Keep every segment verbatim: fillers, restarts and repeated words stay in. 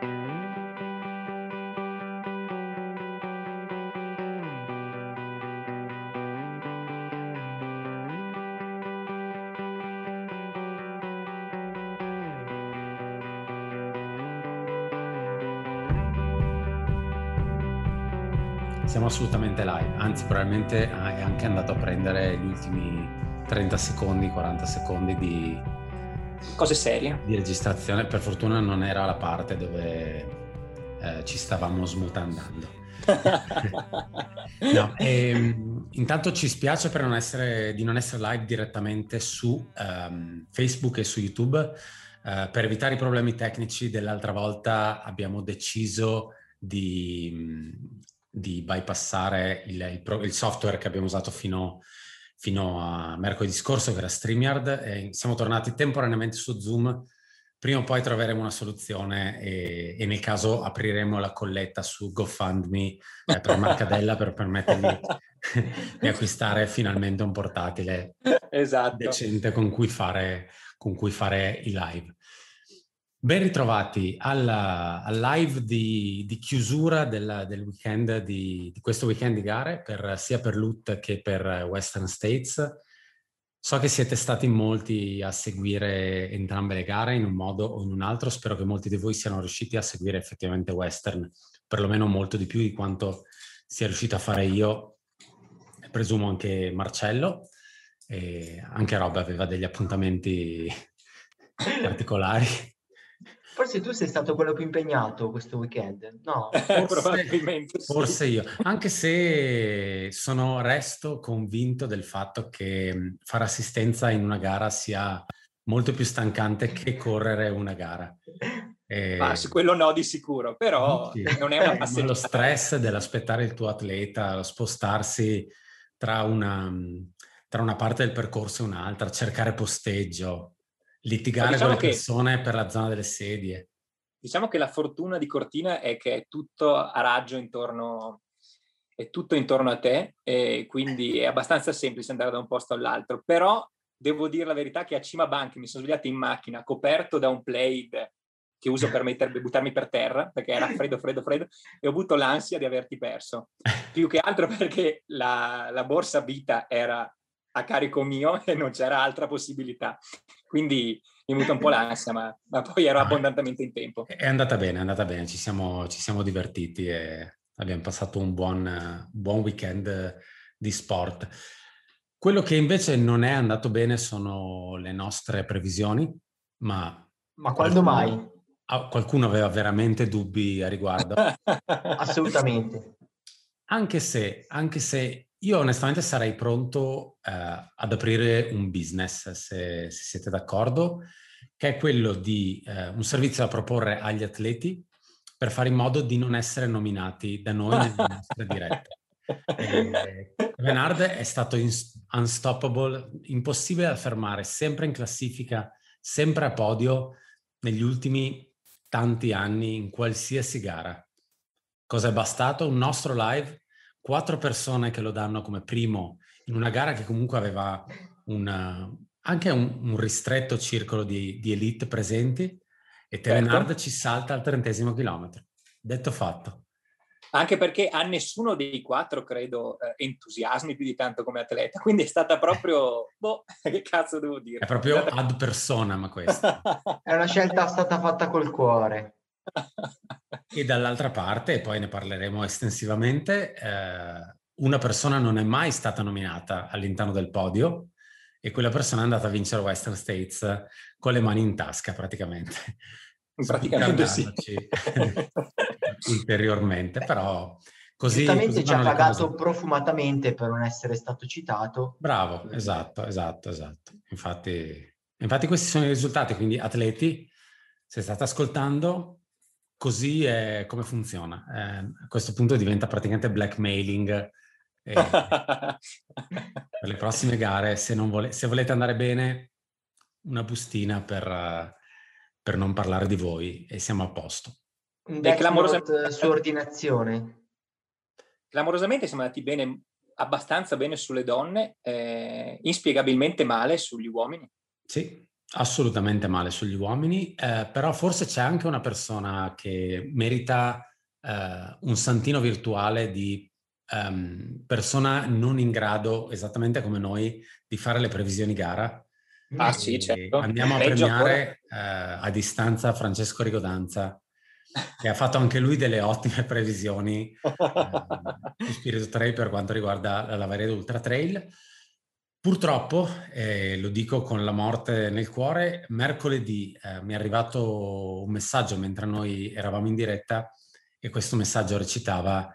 Siamo assolutamente live, anzi probabilmente è anche andato a prendere gli ultimi trenta secondi, quaranta secondi di cose serie di registrazione. Per fortuna non era la parte dove eh, ci stavamo smutandando. No, ehm, intanto ci spiace per non essere, di non essere live direttamente su um, Facebook e su YouTube. Uh, per evitare i problemi tecnici dell'altra volta abbiamo deciso di, di bypassare il, il, il software che abbiamo usato fino, fino a mercoledì scorso, che era StreamYard, e siamo tornati temporaneamente su Zoom. Prima o poi troveremo una soluzione e, e nel caso apriremo la colletta su GoFundMe eh, per Marcadella per permettergli di acquistare finalmente un portatile esatto. decente con cui fare, con cui fare i live. Ben ritrovati alla, al live di, di chiusura del, del weekend di, di questo weekend di gare, per, sia per L U T che per Western States. So che siete stati molti a seguire entrambe le gare in un modo o in un altro. Spero che molti di voi siano riusciti a seguire effettivamente Western, perlomeno molto di più di quanto sia riuscito a fare io, e presumo anche Marcello. E anche Rob aveva degli appuntamenti particolari. Forse tu sei stato quello più impegnato questo weekend, no? Forse, forse io, anche se sono resto convinto del fatto che fare assistenza in una gara sia molto più stancante che correre una gara. E... Ma su quello no di sicuro, però sì, non è una passeggiata. Ma lo stress dell'aspettare il tuo atleta, lo spostarsi tra una, tra una parte del percorso e un'altra, cercare posteggio, litigare diciamo con le che, persone per la zona delle sedie. Diciamo che la fortuna di Cortina è che è tutto a raggio intorno, è tutto intorno a te, e quindi è abbastanza semplice andare da un posto all'altro. Però devo dire la verità che a Cima Banchi mi sono svegliato in macchina, coperto da un plaid che uso per mettere, buttarmi per terra, perché era freddo, freddo, freddo, e ho avuto l'ansia di averti perso. Più che altro perché la, la borsa vita era a carico mio e non c'era altra possibilità. Quindi mi è venuta un po' l'ansia, ma, ma poi ero abbondantemente in tempo. È andata bene, è andata bene, ci siamo, ci siamo divertiti e abbiamo passato un buon, buon weekend di sport. Quello che invece non è andato bene sono le nostre previsioni, ma... Ma quando mai? Qualcuno aveva veramente dubbi a riguardo? Assolutamente. Anche se, anche se io onestamente sarei pronto eh, ad aprire un business, se, se siete d'accordo, che è quello di eh, un servizio da proporre agli atleti per fare in modo di non essere nominati da noi nelle nostre dirette. Eh, Renard è stato in, unstoppable, impossibile da fermare, sempre in classifica, sempre a podio negli ultimi tanti anni in qualsiasi gara. Cosa è bastato? Un nostro live, quattro persone che lo danno come primo in una gara che comunque aveva una, anche un, un ristretto circolo di, di elite presenti, e Tevenard certo. Ci salta al trentesimo chilometro. Detto fatto. Anche perché a nessuno dei quattro, credo, eh, entusiasmi più di tanto come atleta, quindi è stata proprio, boh, che cazzo devo dire? È proprio è stata... ad personam questa. È una scelta stata fatta col cuore. E dall'altra parte, e poi ne parleremo estensivamente, eh, una persona non è mai stata nominata all'interno del podio e quella persona è andata a vincere Western States con le mani in tasca praticamente. Praticamente sì. Ulteriormente, però così, giustamente così ci ha pagato cose. profumatamente per non essere stato citato. Bravo, esatto, esatto, esatto. Infatti, infatti questi sono i risultati, quindi atleti, se state ascoltando, così è come funziona. Eh, a questo punto diventa praticamente blackmailing. Eh, per le prossime gare, se, non vole- se volete andare bene, una bustina per, uh, per non parlare di voi e siamo a posto. Un Death Note su ordinazione. Clamorosamente siamo andati bene, abbastanza bene sulle donne, eh, inspiegabilmente male sugli uomini. Sì, assolutamente male sugli uomini, eh, però forse c'è anche una persona che merita eh, un santino virtuale di um, persona non in grado, esattamente come noi, di fare le previsioni gara. Ah sì, E certo. andiamo a Peggio ancora. premiare eh, a distanza Francesco Rigodanza, che ha fatto anche lui delle ottime previsioni eh, su Spirito Trail per quanto riguarda la Lavaredo Ultra Trail. Purtroppo, eh, lo dico con la morte nel cuore, mercoledì eh, mi è arrivato un messaggio mentre noi eravamo in diretta e questo messaggio recitava: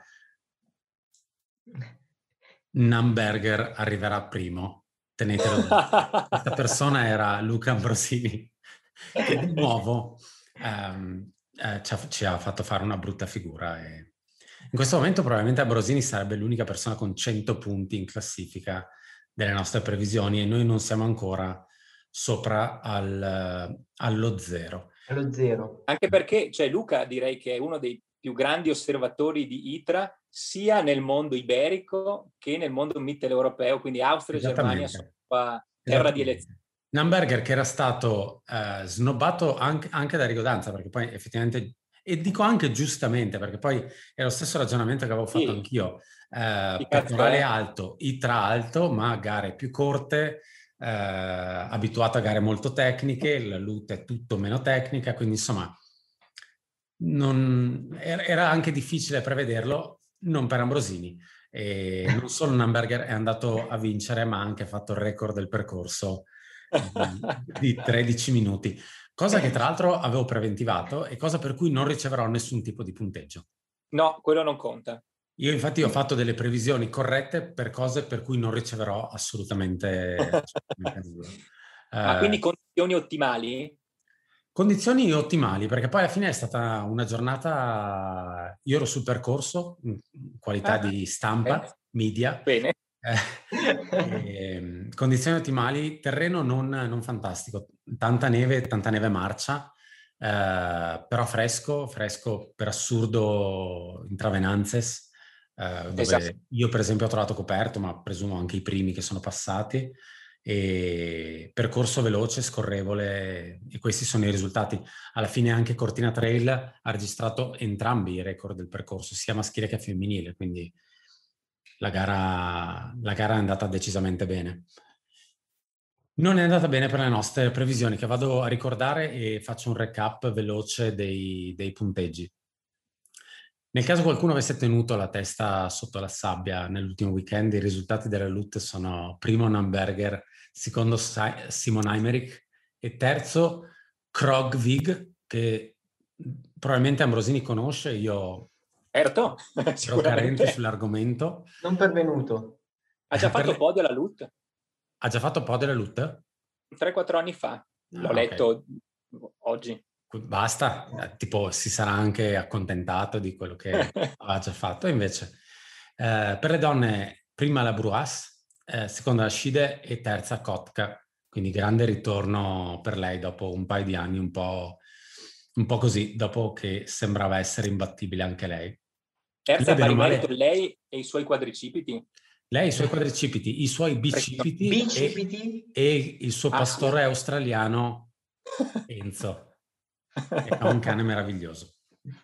Namberger arriverà primo, tenetelo dentro. Questa persona era Luca Ambrosini, che di nuovo ehm, eh, ci, ha, ci ha fatto fare una brutta figura. E in questo momento probabilmente Ambrosini sarebbe l'unica persona con cento punti in classifica delle nostre previsioni e noi non siamo ancora sopra al, allo zero. Allo zero. Anche perché, cioè, Luca direi che è uno dei più grandi osservatori di I T R A sia nel mondo iberico che nel mondo mitteleuropeo, quindi Austria e Germania sono qua terra di elezione. Namberger, che era stato eh, snobbato anche, anche da Rigodanza, perché poi effettivamente, e dico anche giustamente, perché poi è lo stesso ragionamento che avevo fatto Sì. anch'io, eh, pettorale alto, I T R A alto, ma gare più corte, eh, abituato a gare molto tecniche, la L U T è tutto meno tecnica, quindi insomma non, era anche difficile prevederlo, non per Ambrosini. E non solo Namberger è andato a vincere, ma ha anche fatto il record del percorso di, di tredici minuti, cosa che tra l'altro avevo preventivato e cosa per cui non riceverò nessun tipo di punteggio. No, quello non conta. Io infatti ho fatto delle previsioni corrette per cose per cui non riceverò assolutamente, assolutamente nulla. Ma Eh, quindi condizioni ottimali? Condizioni ottimali, perché poi alla fine è stata una giornata, io ero sul percorso, in qualità Ah, di stampa, eh, media, bene. eh, e, condizioni ottimali, terreno non, non fantastico, tanta neve, tanta neve marcia, eh, però fresco, fresco per assurdo in Travenanzes, eh, dove Esatto. io per esempio ho trovato coperto, ma presumo anche i primi che sono passati, e percorso veloce, scorrevole, e questi sono i risultati. Alla fine anche Cortina Trail ha registrato entrambi i record del percorso, sia maschile che femminile, quindi la gara, la gara è andata decisamente bene. Non è andata bene per le nostre previsioni, che vado a ricordare e faccio un recap veloce dei, dei punteggi. Nel caso qualcuno avesse tenuto la testa sotto la sabbia nell'ultimo weekend, i risultati della L U T sono primo Namberger, secondo Simon Heimerich e terzo Krogvig, che probabilmente Ambrosini conosce, io Certo, ero carente sicuramente. sull'argomento. Non pervenuto. Ha già fatto le... podio alla L U T? Ha già fatto podio alla L U T? tre quattro anni fa. Ah, L'ho okay. letto oggi. Basta, tipo si sarà anche accontentato di quello che ha già fatto. Invece, eh, per le donne, prima la Bruas, eh, seconda la Scide e terza Kotka. Quindi grande ritorno per lei dopo un paio di anni, un po', un po' così, dopo che sembrava essere imbattibile anche lei. Terza pari male, merito lei e i suoi quadricipiti? Lei, i suoi quadricipiti, i suoi bicipiti, Bicipiti? E, e il suo Ah, pastore sì. australiano Enzo. È un cane meraviglioso.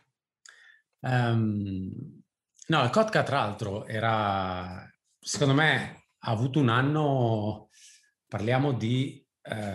Um, no, il Kotka tra l'altro era, secondo me, ha avuto un anno, parliamo di eh,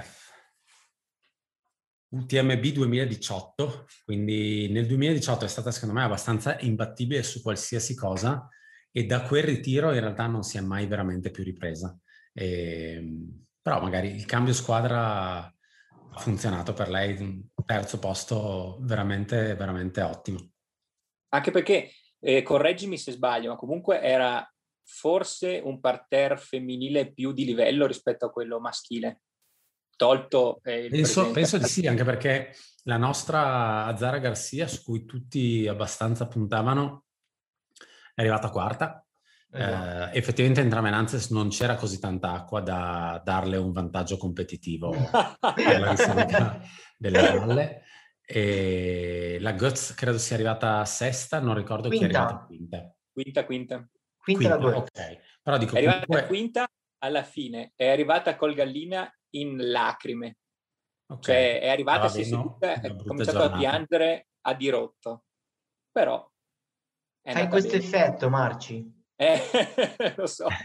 U T M B duemiladiciotto, quindi nel duemiladiciotto è stata secondo me abbastanza imbattibile su qualsiasi cosa e da quel ritiro in realtà non si è mai veramente più ripresa. E, però magari il cambio squadra ha funzionato per lei, un terzo posto veramente, veramente ottimo. Anche perché, eh, correggimi se sbaglio, ma comunque era forse un parterre femminile più di livello rispetto a quello maschile, tolto eh, il penso, presente. penso di sì, anche perché la nostra Azzara Garcia, su cui tutti abbastanza puntavano, è arrivata quarta. Esatto. Eh, effettivamente in Travenanzes non c'era così tanta acqua da darle un vantaggio competitivo per la risalita delle valle. E la Götz credo sia arrivata sesta, non ricordo Quinta. chi è arrivata quinta. Quinta, quinta. Quinta, Quinta, la ok. Però dico è arrivata comunque... quinta alla fine, è arrivata col Gallina in lacrime. Ok. Cioè è arrivata, Stava si è avendo seduta, una ha brutta cominciato a giornata. piangere a dirotto. Però è Fai andata questo bene. effetto, Marci. Eh, lo so.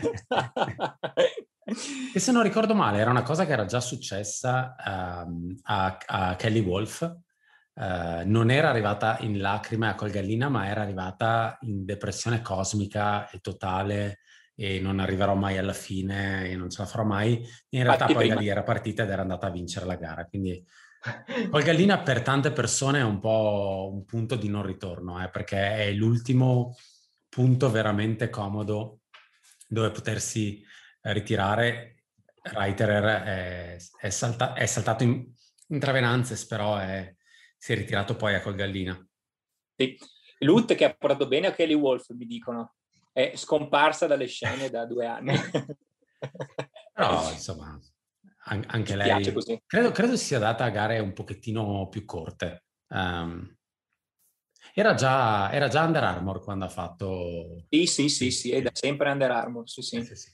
E se non ricordo male, era una cosa che era già successa um, a, a Kelly Wolf. Uh, non era arrivata in lacrime a Colgallina, ma era arrivata in depressione cosmica e totale e non arriverò mai alla fine e non ce la farò mai. In realtà Infatti poi da prima. lì era partita ed era andata a vincere la gara. Quindi Colgallina per tante persone è un po' un punto di non ritorno, eh, perché è l'ultimo punto veramente comodo dove potersi ritirare. Reiterer è, è, salta, è saltato in, in Travenanzes, però è, si è ritirato poi a Colgallina. Sì. Lut che ha portato bene a Kelly Wolf, mi dicono. È scomparsa dalle scene da due anni. Però, insomma, an- anche Ci lei... piace così. Credo, credo sia data a gare un pochettino più corte. Um, era, già, era già Under Armour quando ha fatto... Sì, sì, sì, sì, è da sempre Under Armour, sì, sì. Eh, sì, sì.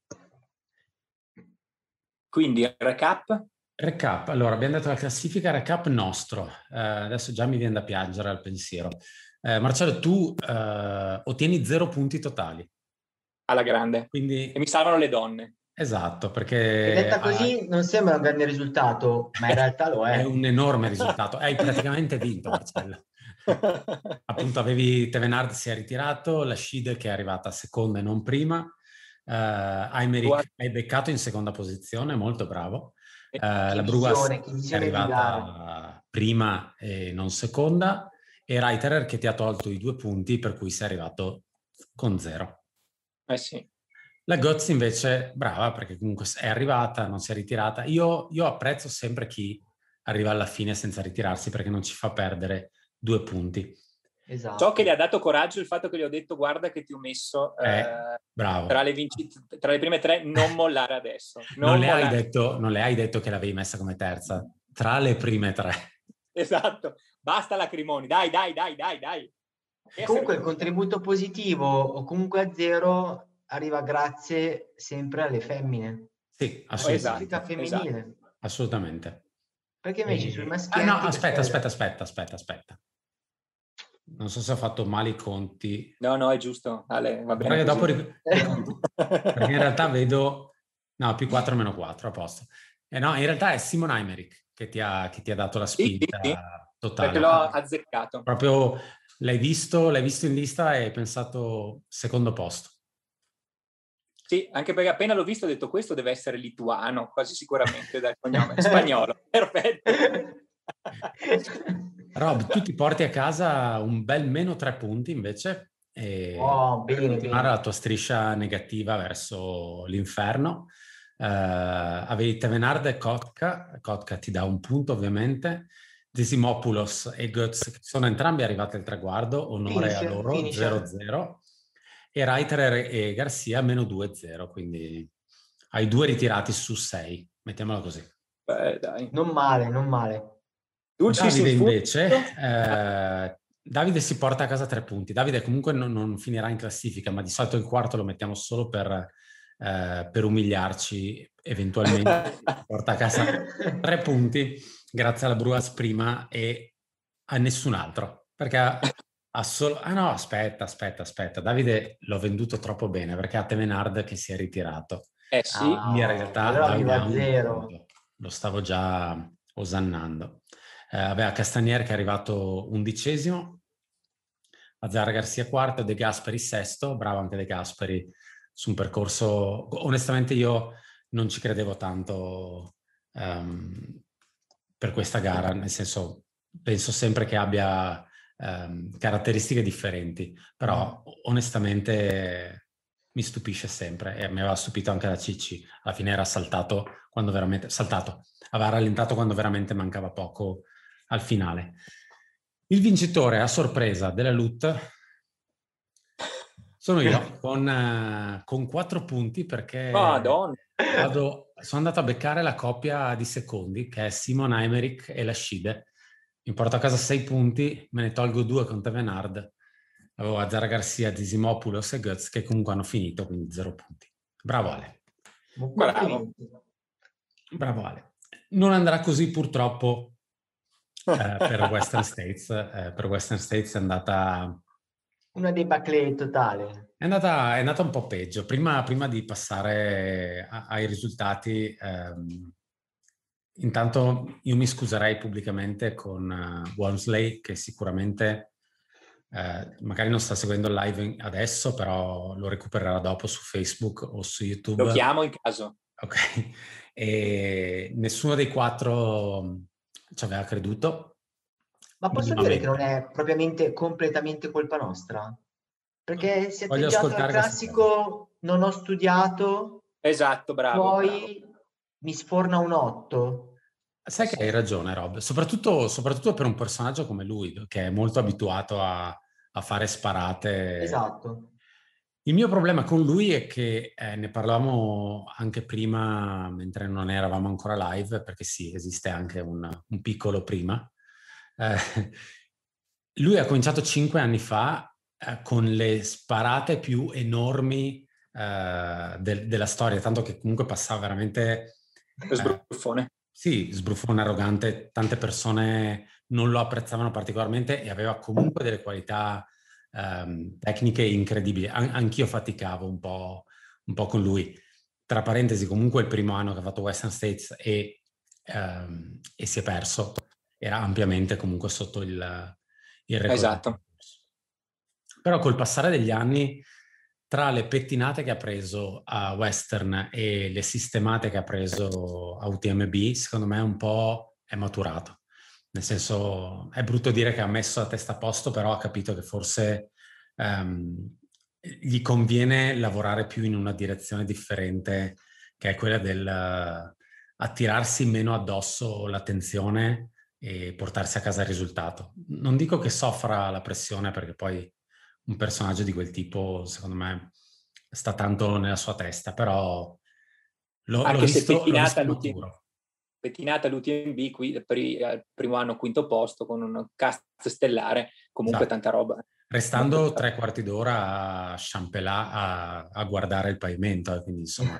Quindi, recap? Recap, allora abbiamo detto la classifica recap nostro, eh, adesso già mi viene da piangere al pensiero. Eh, Marcello, tu eh, ottieni zero punti totali. Alla grande. Quindi, E mi salvano le donne. esatto, E perché detta hai, così non sembra un grande risultato, ma in realtà lo è è. un enorme risultato. Hai praticamente vinto, Marcello. Appunto avevi Tevenard si è ritirato, la Schide che è arrivata seconda e non prima, uh, Aymeric hai beccato in seconda posizione, molto bravo. Uh, Che la Brugas visione, che è visione di gara. arrivata prima e non seconda, e Reiterer che ti ha tolto i due punti, per cui sei arrivato con zero. Eh sì. La Götz invece, brava, perché comunque è arrivata, non si è ritirata. Io, io apprezzo sempre chi arriva alla fine senza ritirarsi, perché non ci fa perdere due punti. Esatto. So che le ha dato coraggio il fatto che gli ho detto guarda che ti ho messo eh, eh, bravo. Tra, le vinci- tra le prime tre, non mollare adesso. Non, Non le, mollare. hai detto, non le hai detto che l'avevi messa come terza, tra le prime tre. Esatto, basta lacrimoni, dai, dai, dai, dai, dai. Comunque il contributo positivo o comunque a zero arriva grazie sempre alle femmine. Sì, La assolutamente. classifica femminile. Esatto. Assolutamente. Perché invece E... sui Ah, maschietti... no, aspetta, queste... aspetta, aspetta, aspetta, aspetta. Non so se ho fatto male i conti. No, no, è giusto, Ale, va bene Guarda che così. dopo riconto. Perché in realtà vedo... No, più quattro meno quattro, a posto. Eh no, in realtà è Simon Aymeric che ti ha, che ti ha dato la Sì, sì, spinta sì, perché totale. l'ho azzeccato. Proprio l'hai visto, l'hai visto in lista e hai pensato secondo posto. Sì, anche perché appena l'ho visto ho detto questo deve essere lituano, quasi sicuramente dal cognome. Spagnolo, perfetto. Rob, tu ti porti a casa un bel meno tre punti invece e Oh, per bene, continuare bene. la tua striscia negativa verso l'inferno. Uh, avevi Tevenard e Kotka. Kotka ti dà un punto ovviamente. Desimopoulos e Götz che sono entrambi arrivati al traguardo, onore a Finisher, loro, zero finisher. zero. E Reiterer e Garcia meno due zero, quindi hai due ritirati su sei, mettiamola così. Beh, dai. Non male, non male. Dulcis Davide in fundo. invece, eh, Davide si porta a casa tre punti. Davide comunque non, non finirà in classifica, ma di solito il quarto lo mettiamo solo per, eh, per umiliarci eventualmente. Porta a casa tre punti grazie alla Bruas prima e a nessun altro. Perché ha, ha solo... Ah no, aspetta, aspetta, aspetta. Davide l'ho venduto troppo bene perché ha Tevenard che si è ritirato. Eh sì. Quindi in Ah, realtà allora Davide arriva ha a un zero. punto. Lo stavo già osannando. Eh, aveva Castanier che è arrivato undicesimo, Azzara Garcia quarto, De Gasperi sesto, bravo anche De Gasperi su un percorso, onestamente io non ci credevo tanto um, per questa gara, nel senso penso sempre che abbia um, caratteristiche differenti, però onestamente mi stupisce sempre e mi aveva stupito anche la Cicci, alla fine era saltato quando veramente, saltato, aveva rallentato quando veramente mancava poco al finale. Il vincitore a sorpresa della L U T sono io con, uh, con quattro punti perché Madonna. vado, sono andato a beccare la coppia di secondi che è Simon Aymeric e la Schide. Mi porto a casa sei punti, me ne tolgo due con Tevenard. Avevo Azzara Garcia, Desimopoulos e Götz che comunque hanno finito, quindi zero punti. Bravo Ale. Bravo. Bravo Ale. Non andrà così purtroppo eh, per Western States. Eh, per Western States è andata... Una debacle totale. È andata, è andata un po' peggio. Prima, prima di passare a- ai risultati, ehm, intanto io mi scuserei pubblicamente con uh, Walmsley, che sicuramente eh, magari non sta seguendo il live in- adesso, però lo recupererà dopo su Facebook o su Lo YouTube. chiamo in caso. Ok. E nessuno dei quattro ci aveva creduto. Ma posso dire che non è propriamente completamente colpa nostra? Perché si è Voglio atteggiato al ascoltare questa cosa. classico non ho studiato, Esatto, bravo, poi bravo. mi sforna un otto. Sai che hai ragione, Rob, soprattutto, soprattutto per un personaggio come lui, che è molto abituato a, a fare sparate. Esatto. Il mio problema con lui è che eh, ne parlavamo anche prima, mentre non eravamo ancora live, perché sì, esiste anche un, un piccolo prima. Eh, lui ha cominciato cinque anni fa eh, con le sparate più enormi eh, del- della storia, tanto che comunque passava veramente... eh, Sbruffone. sì, sbruffone, arrogante, tante persone non lo apprezzavano particolarmente e aveva comunque delle qualità ehm, tecniche incredibili. An- anch'io faticavo un po', un po' con lui. Tra parentesi, comunque il primo anno che ha fatto Western States e, ehm, e si è perso, era ampiamente comunque sotto il, il record del Esatto. percorso. Però col passare degli anni, tra le pettinate che ha preso a Western e le sistemate che ha preso a U T M B, secondo me un po' è maturato. Nel senso, è brutto dire che ha messo la testa a posto, però ha capito che forse ehm, gli conviene lavorare più in una direzione differente, che è quella del uh, attirarsi meno addosso l'attenzione e portarsi a casa il risultato. Non dico che soffra la pressione, perché poi un personaggio di quel tipo, secondo me, sta tanto nella sua testa, però l'ho, l'ho Anche se visto, l'ho pettinata visto all'U T M B, maturo. pettinata all'U T M B qui per il primo anno quinto posto con un cast stellare, comunque Esatto. tanta roba. Restando tre quarti d'ora a Champelà a, a guardare il pavimento, eh, quindi insomma...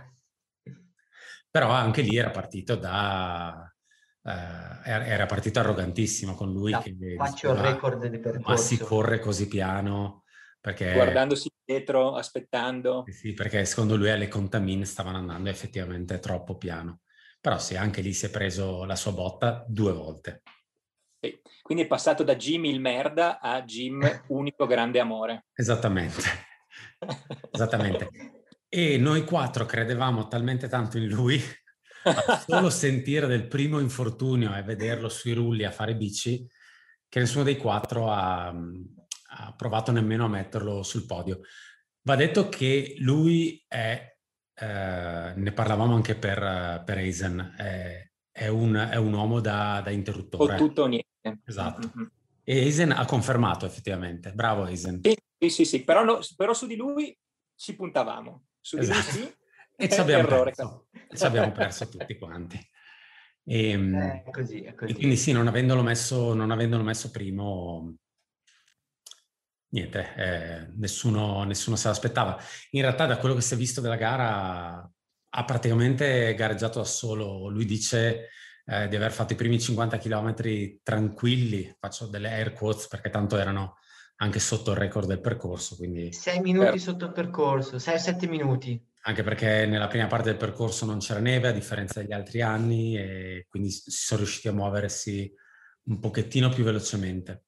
Però anche lì era partito da... eh, era partito arrogantissimo con lui Da, che faccio il diceva record del ma si percorso. corre così piano, perché, Guardandosi dietro, aspettando. sì, perché secondo lui alle contamine stavano andando effettivamente troppo piano. Però sì, anche lì si è preso la sua botta due volte. Sì. Quindi è passato da Jim il merda a Jim unico grande amore. Esattamente. Esattamente. E noi quattro credevamo talmente tanto in lui, a solo sentire del primo infortunio e vederlo sui rulli a fare bici, che nessuno dei quattro ha, ha provato nemmeno a metterlo sul podio. Va detto che lui è, eh, ne parlavamo anche per, per Eisen, è, è, un, è un uomo da, da O interruttore. tutto o niente. Esatto. Mm-hmm. E Eisen ha confermato effettivamente. Bravo Eisen. Sì, sì, sì, sì. Però, no, però su di lui ci puntavamo. Su di lui Esatto. sì. E ci abbiamo Errore. perso. E ci abbiamo perso tutti quanti. E, È così, è e così. quindi sì, non avendolo messo, non avendolo messo primo, niente, eh, nessuno, nessuno se l'aspettava. In realtà, da quello che si è visto della gara, ha praticamente gareggiato da solo. Lui dice eh, di aver fatto i primi cinquanta chilometri tranquilli, faccio delle air quotes perché tanto erano anche sotto il record del percorso, quindi... Sei minuti sotto il percorso, sei sette minuti. Anche perché nella prima parte del percorso non c'era neve, a differenza degli altri anni, e quindi si sono riusciti a muoversi un pochettino più velocemente.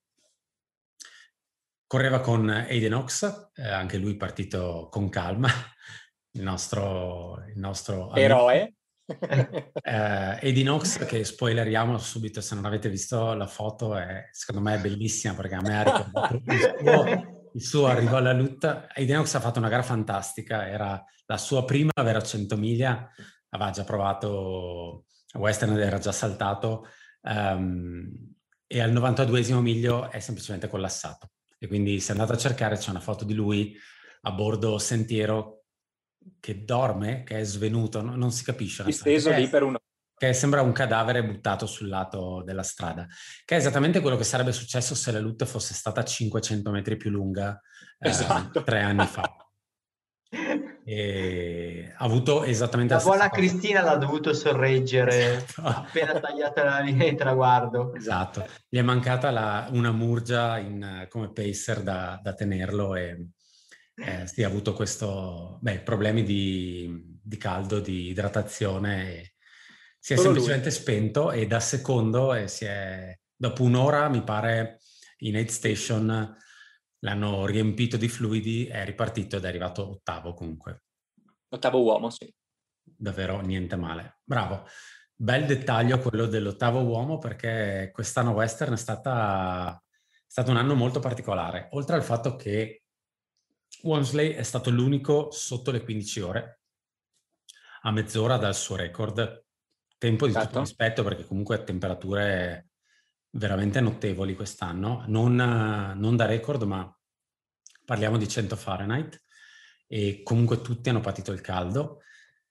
Correva con Aiden Ox, eh, anche lui partito con calma, il nostro, il nostro amico. Eroe. eh, Aiden Ox, che spoileriamo subito se non avete visto la foto, è, secondo me è bellissima perché a me ha ricordato il suo, il suo arrivo alla lutta. Aiden Ox ha fatto una gara fantastica, era la sua prima vera cento miglia, aveva già provato a Western ed era già saltato, um, e al novantaduesimo miglio è semplicemente collassato. E quindi se andate a cercare c'è una foto di lui a bordo sentiero che dorme, che è svenuto, no? Non si capisce Disteso lì per uno. Che sembra un cadavere buttato sul lato della strada, che è esattamente quello che sarebbe successo se la Lutte fosse stata cinquecento metri più lunga eh, esatto. tre anni fa. E ha avuto esattamente la la stessa buona cosa. Cristina l'ha dovuto sorreggere Esatto. appena tagliata la linea di traguardo. Esatto, gli è mancata la, una murgia in, come pacer da, da tenerlo e eh, sì, ha avuto questo, beh, problemi di, di caldo, di idratazione. E si è Solo semplicemente lui. spento e da secondo e si è, dopo un'ora, mi pare, in aid station l'hanno riempito di fluidi, è ripartito ed è arrivato ottavo comunque. Ottavo uomo, sì. Davvero niente male. Bravo. Bel dettaglio quello dell'ottavo uomo, perché quest'anno Western è stata, è stato un anno molto particolare. Oltre al fatto che Walmsley è stato l'unico sotto le quindici ore, a mezz'ora dal suo record. Tempo di tutto Esatto. rispetto, perché comunque temperature veramente notevoli quest'anno. Non, non da record, ma parliamo di cento Fahrenheit. E comunque tutti hanno patito il caldo.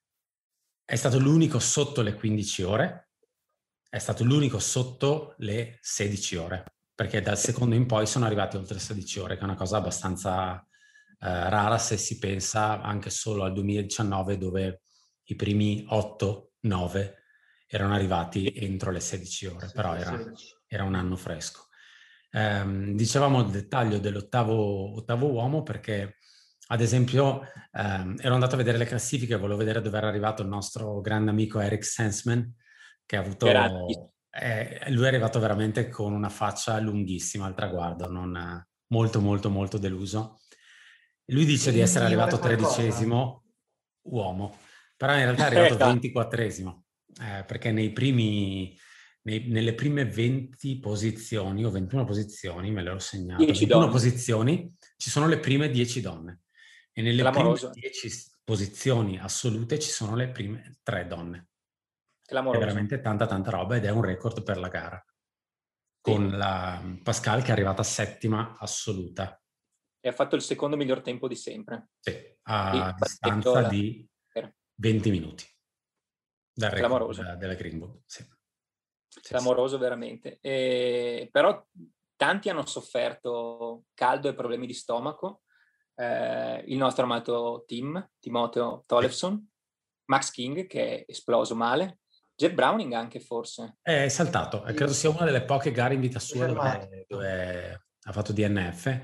È stato l'unico sotto le quindici ore, è stato l'unico sotto le sedici ore, perché dal secondo in poi sono arrivati oltre sedici ore, che è una cosa abbastanza eh, rara se si pensa anche solo al duemiladiciannove, dove i primi otto nove erano arrivati entro le sedici ore, però era, era un anno fresco. Um, dicevamo il dettaglio dell'ottavo ottavo uomo perché, ad esempio, um, ero andato a vedere le classifiche, volevo vedere dove era arrivato il nostro grande amico Eric Sensman, che ha avuto... Eh, lui è arrivato veramente con una faccia lunghissima al traguardo, non, molto molto molto deluso. Lui dice di essere arrivato tredicesimo uomo, però in realtà è arrivato ventiquattresimo, eh, perché nei primi... Nei, nelle prime venti posizioni o ventuno posizioni, me le ero segnate, ventuno donne. Posizioni, ci sono le prime dieci donne e nelle Clamoroso. prime dieci posizioni assolute ci sono le prime tre donne. Clamoroso. È veramente tanta tanta roba ed è un record per la gara. Con sì. la Pascal che è arrivata settima assoluta. E ha fatto il secondo miglior tempo di sempre. Sì, a sì, distanza di venti minuti dal record Clamoroso. della, della Green Bull. Sì. Clamoroso sì. Veramente. E, però tanti hanno sofferto caldo e problemi di stomaco. Eh, il nostro amato Tim, Timoteo Tollefson, sì. Max King che è esploso male, Jeff Browning anche forse. È saltato, sì. Credo sia una delle poche gare in vita sua dove, dove ha fatto D N F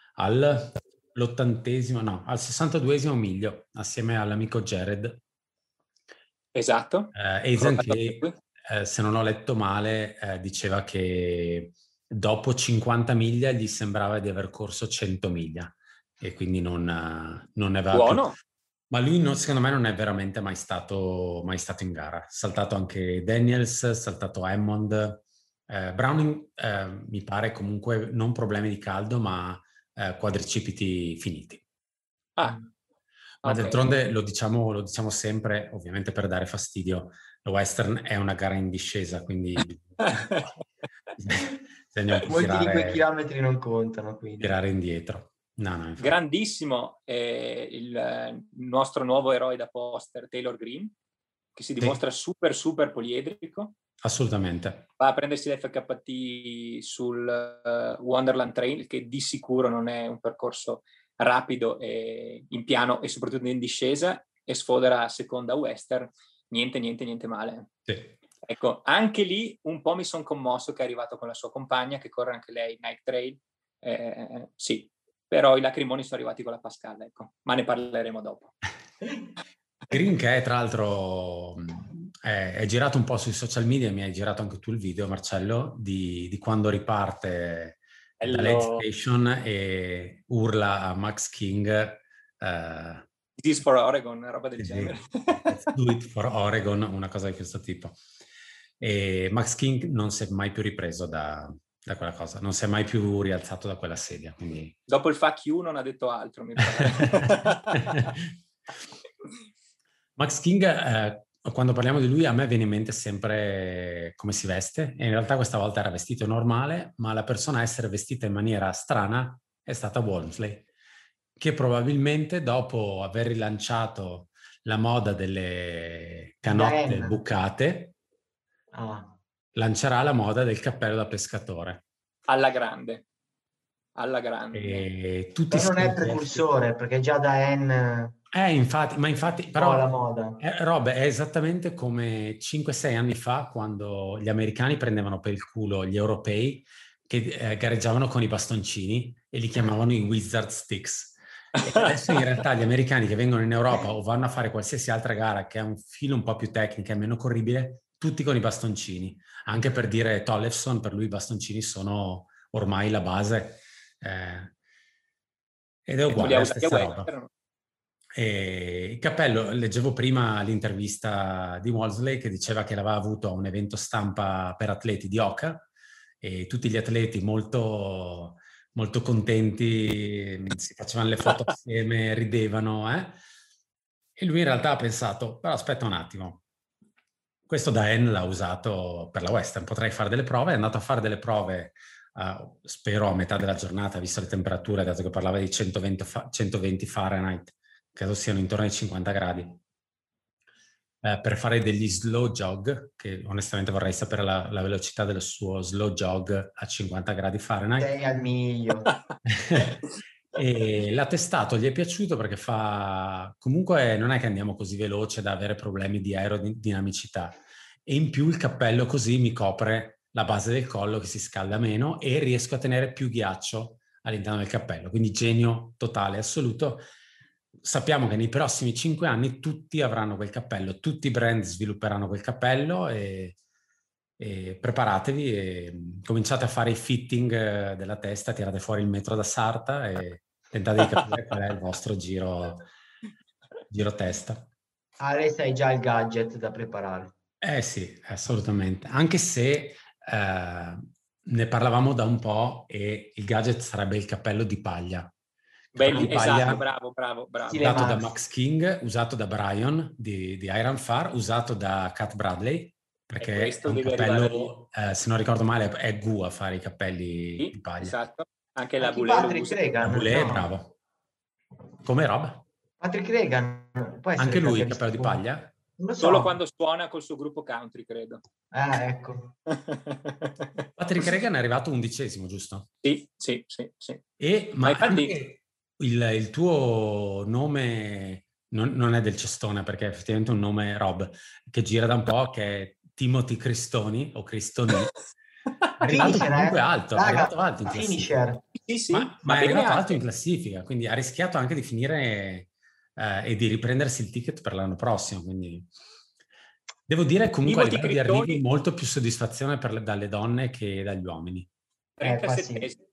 all'ottantesimo, no, al sessantaduesimo miglio assieme all'amico Jared. Esatto. Eh, Eisen che, eh, se non ho letto male, eh, diceva che dopo cinquanta miglia gli sembrava di aver corso cento miglia e quindi non, non ne aveva Buono. più. Ma lui, non, secondo me, non è veramente mai stato, mai stato in gara. Saltato anche Daniels, saltato Hammond. Eh, Browning, eh, mi pare comunque non problemi di caldo, ma eh, quadricipiti finiti. Ah. Ma Okay. d'altronde lo diciamo, lo diciamo sempre, ovviamente per dare fastidio, la Western è una gara in discesa, quindi bisogna un po' molti tirare, di quei chilometri non contano, quindi. Tirare indietro. No, no, grandissimo eh, il nostro nuovo eroe da poster, Taylor Green, che si dimostra sì. super super poliedrico. Assolutamente. Va a prendersi l'F K T sul uh, Wonderland Trail, che di sicuro non è un percorso rapido e in piano e soprattutto in discesa, e sfodera seconda Western. Niente, niente, niente male. Sì. Ecco, anche lì un po' mi sono commosso che è arrivato con la sua compagna, che corre anche lei Nike Trail. Eh, sì, però i lacrimoni sono arrivati con la Pascal, ecco, ma ne parleremo dopo. Green, che è tra l'altro è, è girato un po' sui social media, mi hai girato anche tu il video, Marcello, di, di quando riparte Hello. dall'Aid Station e urla a Max King uh, This is for Oregon, una roba del sì, genere. Let's do it for Oregon, una cosa di questo tipo. E Max King non si è mai più ripreso da, da quella cosa, non si è mai più rialzato da quella sedia. Quindi... Dopo il fuck you non ha detto altro, mi pare. Max King, eh, quando parliamo di lui, a me viene in mente sempre come si veste, e in realtà questa volta era vestito normale, ma la persona a essere vestita in maniera strana è stata Walmsley, che probabilmente dopo aver rilanciato la moda delle canotte Diana. bucate, ah. lancerà la moda del cappello da pescatore. Alla grande. Alla grande. E tutti Beh, non è precursore, perché già Diane Eh, infatti, ma infatti, però, oh, la moda. eh, Rob, è esattamente come cinque sei anni fa, quando gli americani prendevano per il culo gli europei che eh, gareggiavano con i bastoncini e li chiamavano i Wizard Sticks. E adesso in realtà gli americani che vengono in Europa o vanno a fare qualsiasi altra gara che ha un filo un po' più tecnico e meno corribile, tutti con i bastoncini. Anche per dire Tollefson, per lui i bastoncini sono ormai la base. Eh, ed è E tu li uguale, è hai la usati a stessa roba. Western? E il cappello, leggevo prima l'intervista di Wolseley che diceva che l'aveva avuto a un evento stampa per atleti di Oca e tutti gli atleti molto, molto contenti, si facevano le foto assieme, ridevano, eh? E lui in realtà ha pensato, però aspetta un attimo, questo Daen l'ha usato per la Western, potrei fare delle prove, è andato a fare delle prove, uh, spero a metà della giornata, visto le temperature, dato che parlava di centoventi, fa- centoventi Fahrenheit, credo siano intorno ai cinquanta gradi, eh, per fare degli slow jog, che onestamente vorrei sapere la, la velocità del suo slow jog a cinquanta gradi Fahrenheit. Sei al miglio. E l'ha testato, gli è piaciuto perché fa... Comunque non è che andiamo così veloce da avere problemi di aerodinamicità. E in più il cappello così mi copre la base del collo che si scalda meno e riesco a tenere più ghiaccio all'interno del cappello. Quindi genio totale, assoluto. Sappiamo che nei prossimi cinque anni tutti avranno quel cappello, tutti i brand svilupperanno quel cappello e, e preparatevi e cominciate a fare i fitting eh, della testa, tirate fuori il metro da sarta e tentate di capire qual è il vostro giro, giro testa. Ale, sai già il gadget da preparare. Eh sì, assolutamente. Anche se eh, ne parlavamo da un po' e il gadget sarebbe il cappello di paglia. Cappello Belli, di paglia esatto, bravo, bravo, bravo. Stile usato da Max. Max King, usato da Brian di, di Iron Far, usato da Cat Bradley, perché E è questo un deve arrivare lì. cappello, eh, se non ricordo male, è Gu a fare i cappelli Sì, di paglia. esatto. Anche la Anche Boulet lo Patrick usa. La Regan, Boulet è no? bravo. Come Rob? Patrick Regan può essere Anche lui il cappellista cappello di Gu? paglia? Non lo Solo so. quando suona col suo gruppo country, credo. Ah, ecco. Patrick Regan è arrivato undicesimo, giusto? Sì, sì, sì, sì. E, ma, Ma infatti... anche il, il tuo nome non, non è del cestone, perché è effettivamente un nome Rob, che gira da un po', che è Timothy Cristoni, o Cristoni. È arrivato Finisher, comunque eh? alto, è Raga, arrivato alto in classifica. finisher. Sì, sì, Ma, va ma è bene arrivato alto anche. in classifica, quindi ha rischiato anche di finire eh, e di riprendersi il ticket per l'anno prossimo. Quindi devo dire comunque a Timothy livello di arrivi Cristoni, molto più soddisfazione per le- dalle donne che dagli uomini. Eh, qua sì. trentasettesimo.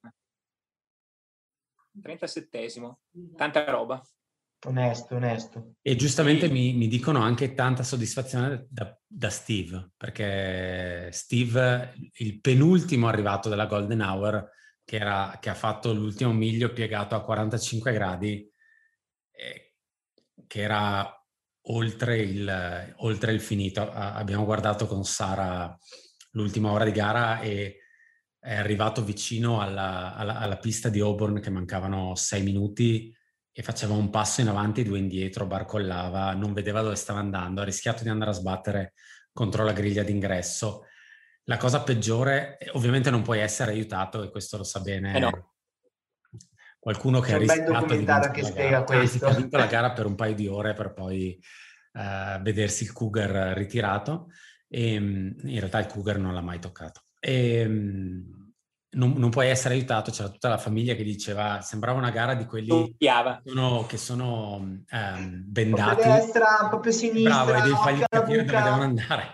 trentasettesimo. Tanta roba. Onesto, onesto. E giustamente Sì. mi, mi dicono anche tanta soddisfazione da, da Steve, perché Steve, il penultimo arrivato della Golden Hour, che, era, che ha fatto l'ultimo miglio piegato a quarantacinque gradi, eh, che era oltre il, oltre il finito. Ah, abbiamo guardato con Sara l'ultima ora di gara e è arrivato vicino alla, alla, alla pista di Auburn che mancavano sei minuti e faceva un passo in avanti, due indietro, barcollava, non vedeva dove stava andando, ha rischiato di andare a sbattere contro la griglia d'ingresso. La cosa peggiore, ovviamente non puoi essere aiutato, e questo lo sa bene Eh no. qualcuno che C'è ha un bel rischiato di documentario vincere che la spiega gara, anzi questo. che ha vinto la gara per un paio di ore per poi uh, vedersi il Cougar ritirato, e in realtà il Cougar non l'ha mai toccato. E, non, non puoi essere aiutato, c'era tutta la famiglia che diceva, sembrava una gara di quelli che sono, che sono um, bendati. Proprio destra, proprio sinistra, bravo, e devi fargli capire dove devono buca. andare.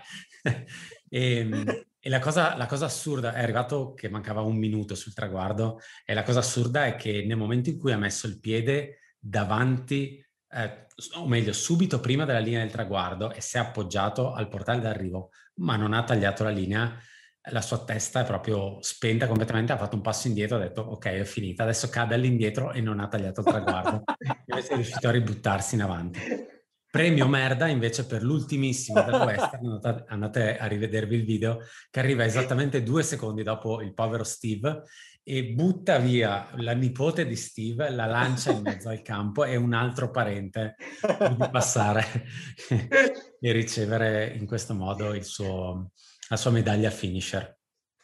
e, e la cosa, la cosa assurda, è arrivato che mancava un minuto sul traguardo, e la cosa assurda è che nel momento in cui ha messo il piede davanti, eh, o meglio, subito prima della linea del traguardo, e si è appoggiato al portale d'arrivo, ma non ha tagliato la linea, la sua testa è proprio spenta completamente, ha fatto un passo indietro, ha detto ok, è finita, adesso cade all'indietro e non ha tagliato il traguardo. Invece è riuscito a ributtarsi in avanti. Premio merda invece per l'ultimissimo della Western, andate a rivedervi il video, che arriva esattamente due secondi dopo il povero Steve e butta via la nipote di Steve, la lancia in mezzo al campo e un altro parente di passare e ricevere in questo modo il suo, la sua medaglia finisher.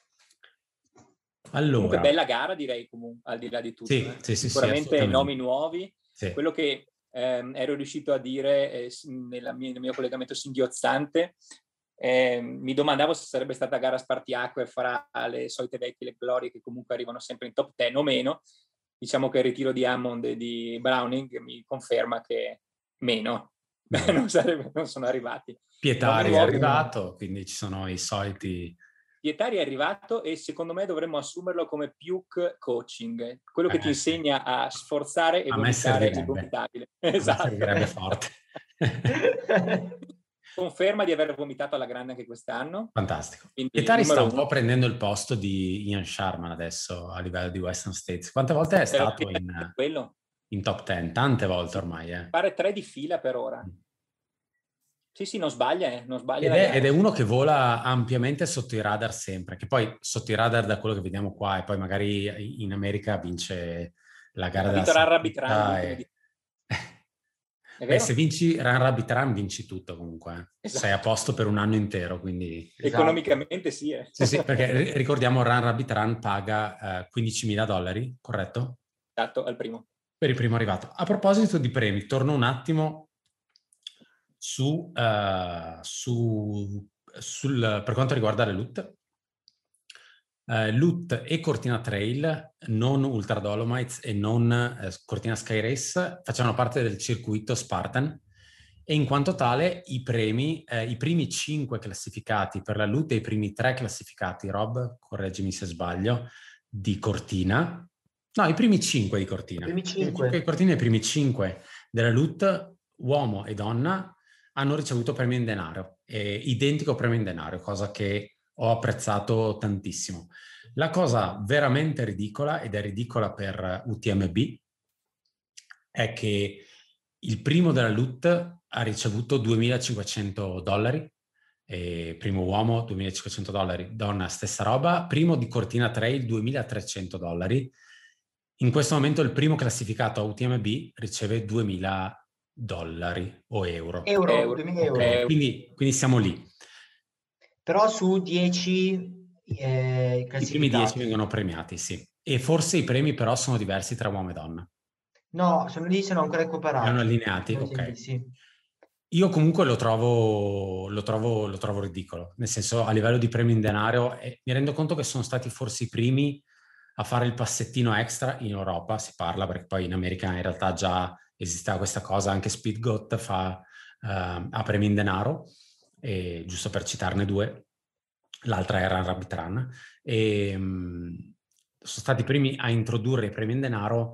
Allora, comunque bella gara, direi, comunque, al di là di tutto. Sì, eh. sì, sì, Sicuramente sì, nomi nuovi. Sì. Quello che ehm, ero riuscito a dire, eh, nella mia, nel mio collegamento singhiozzante, eh, mi domandavo se sarebbe stata gara spartiacque fra le solite vecchie le glorie che comunque arrivano sempre in top dieci o meno. Diciamo che il ritiro di Hammond e di Browning mi conferma che meno, non, sarebbe, non sono arrivati. Pietari è arrivato, quindi ci sono i soliti... Pietari è arrivato e secondo me dovremmo assumerlo come puke coaching, quello che eh, ti insegna a sforzare e a vomitare il vomitabile. Esatto. A me servirebbe forte. Conferma di aver vomitato alla grande anche quest'anno. Fantastico. Pietari sta un uno. po' prendendo il posto di Ian Sharman adesso a livello di Western States. Quante volte è stato in, in top dieci? Tante volte ormai. Eh. Pare tre di fila per ora. Sì, sì, non sbaglia, eh. non sbaglia. Ed è, ed è uno che vola ampiamente sotto i radar sempre, che poi sotto i radar da quello che vediamo qua e poi magari in America vince la gara ha della vinto Run Rabbit Run. E... Beh, se vinci Run Rabbit Run vinci tutto comunque. Esatto. Sei a posto per un anno intero, quindi... Economicamente sì. Eh. Sì, sì, perché ricordiamo Run Rabbit Run paga eh, quindicimila dollari, corretto? Esatto, al primo. Per il primo arrivato. A proposito di premi, torno un attimo su, uh, su sul, per quanto riguarda le loot. Uh, loot e Cortina Trail, non Ultra Dolomites e non uh, Cortina Sky Race, facevano parte del circuito Spartan e in quanto tale i premi, uh, i primi cinque classificati per la loot e i primi tre classificati, Rob, correggimi se sbaglio, di Cortina, no, i primi cinque di Cortina, I primi cinque di Cortina e i primi cinque della loot, uomo e donna, hanno ricevuto premio in denaro, eh, identico premio in denaro, cosa che ho apprezzato tantissimo. La cosa veramente ridicola, ed è ridicola per U T M B, è che il primo della loot ha ricevuto duemilacinquecento dollari, eh, primo uomo duemilacinquecento dollari, donna stessa roba, primo di Cortina Trail duemilatrecento dollari. In questo momento il primo classificato a U T M B riceve duemila dollari o euro. Euro, euro. duemila euro. Okay. Quindi, quindi siamo lì. Però su dieci eh, classificati. I primi dieci vengono premiati, sì. E forse i premi però sono diversi tra uomo e donna. No, sono lì, sono ancora equiparati. Sono allineati, sono ok. Sì. Io comunque lo trovo, lo trovo, lo trovo ridicolo. Nel senso, a livello di premi in denaro, eh, mi rendo conto che sono stati forse i primi a fare il passettino extra in Europa, si parla, perché poi in America in realtà già esisteva questa cosa, anche Speedgoat fa, uh, ha premi in denaro, e, giusto per citarne due, l'altra era Rabbit Run, e um, sono stati i primi a introdurre i premi in denaro.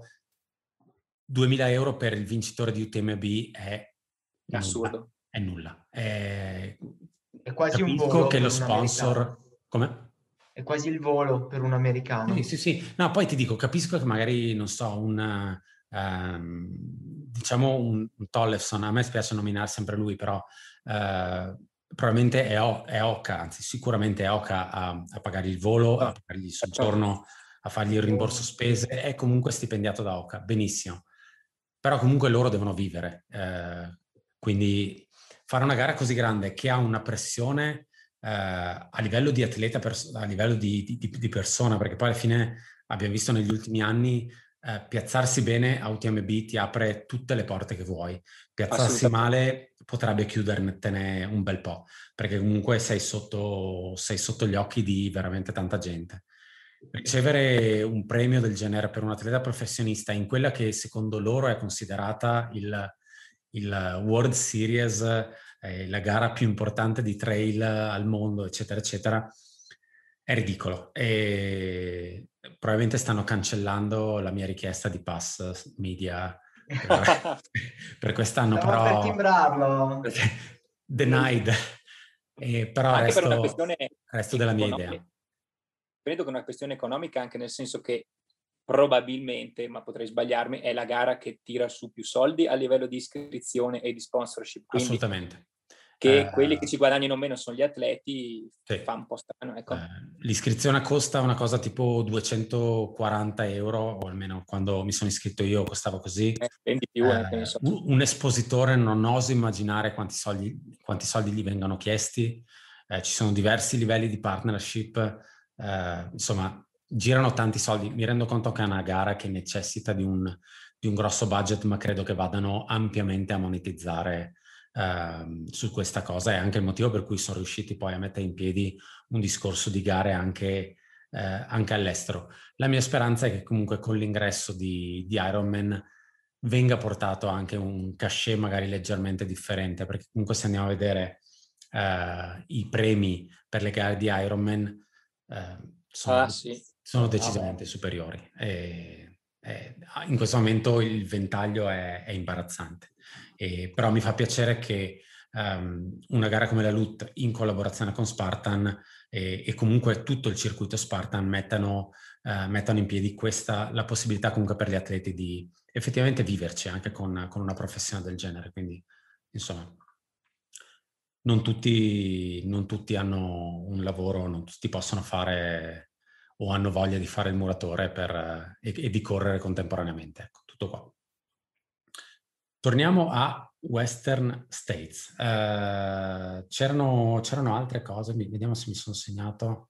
duemila euro per il vincitore di U T M B è assurdo. È nulla. È, è quasi capisco un volo che per lo sponsor... Come? È quasi il volo per un americano. Sì, sì, sì. No, poi ti dico, capisco che magari, non so, un... Um, diciamo un, un Tollefson, a me spiace nominare sempre lui, però uh, probabilmente è, o, è Oca, anzi sicuramente è Oca a, a pagare il volo, a pagargli il soggiorno, a fargli il rimborso spese, è comunque stipendiato da Oca, benissimo. Però comunque loro devono vivere. Uh, quindi fare una gara così grande che ha una pressione Uh, a livello di atleta, pers- a livello di, di, di persona, perché poi alla fine abbiamo visto negli ultimi anni uh, piazzarsi bene a U T M B ti apre tutte le porte che vuoi, piazzarsi male potrebbe chiuderne un bel po', perché comunque sei sotto, sei sotto gli occhi di veramente tanta gente. Ricevere un premio del genere per un atleta professionista in quella che secondo loro è considerata il, il World Series, eh, la gara più importante di trail al mondo, eccetera, eccetera, è ridicolo. E probabilmente stanno cancellando la mia richiesta di pass media per, per quest'anno. Stavo però, per timbrarlo. Denied. E però anche resto, per una questione resto della mia idea. Credo che è una questione economica, anche nel senso che probabilmente, ma potrei sbagliarmi, è la gara che tira su più soldi a livello di iscrizione e di sponsorship. Quindi assolutamente. Che eh, quelli che ci guadagnano meno sono gli atleti, sì. Fa un po' strano. Ecco. Eh, l'iscrizione costa una cosa tipo duecentoquaranta euro, o almeno quando mi sono iscritto io costava così. Eh, di più, eh, penso. Un, un espositore, non oso immaginare quanti soldi, quanti soldi gli vengono chiesti. Eh, ci sono diversi livelli di partnership, eh, insomma, girano tanti soldi. Mi rendo conto che è una gara che necessita di un, di un grosso budget, ma credo che vadano ampiamente a monetizzare uh, su questa cosa. È anche il motivo per cui sono riusciti poi a mettere in piedi un discorso di gare anche, uh, anche all'estero. La mia speranza è che comunque con l'ingresso di, di Ironman venga portato anche un cachet magari leggermente differente, perché comunque se andiamo a vedere uh, i premi per le gare di Ironman uh, sono, ah, sì. sono decisamente superiori. E, e in questo momento il ventaglio è, è imbarazzante, e, però mi fa piacere che um, una gara come la L U T in collaborazione con Spartan e, e comunque tutto il circuito Spartan mettano, uh, mettano in piedi questa, la possibilità comunque per gli atleti di effettivamente viverci anche con, con una professione del genere. Quindi insomma non tutti, non tutti hanno un lavoro, non tutti possono fare o hanno voglia di fare il muratore per, e, e di correre contemporaneamente. Ecco, tutto qua. Torniamo a Western States. Uh, c'erano, c'erano altre cose, vediamo se mi sono segnato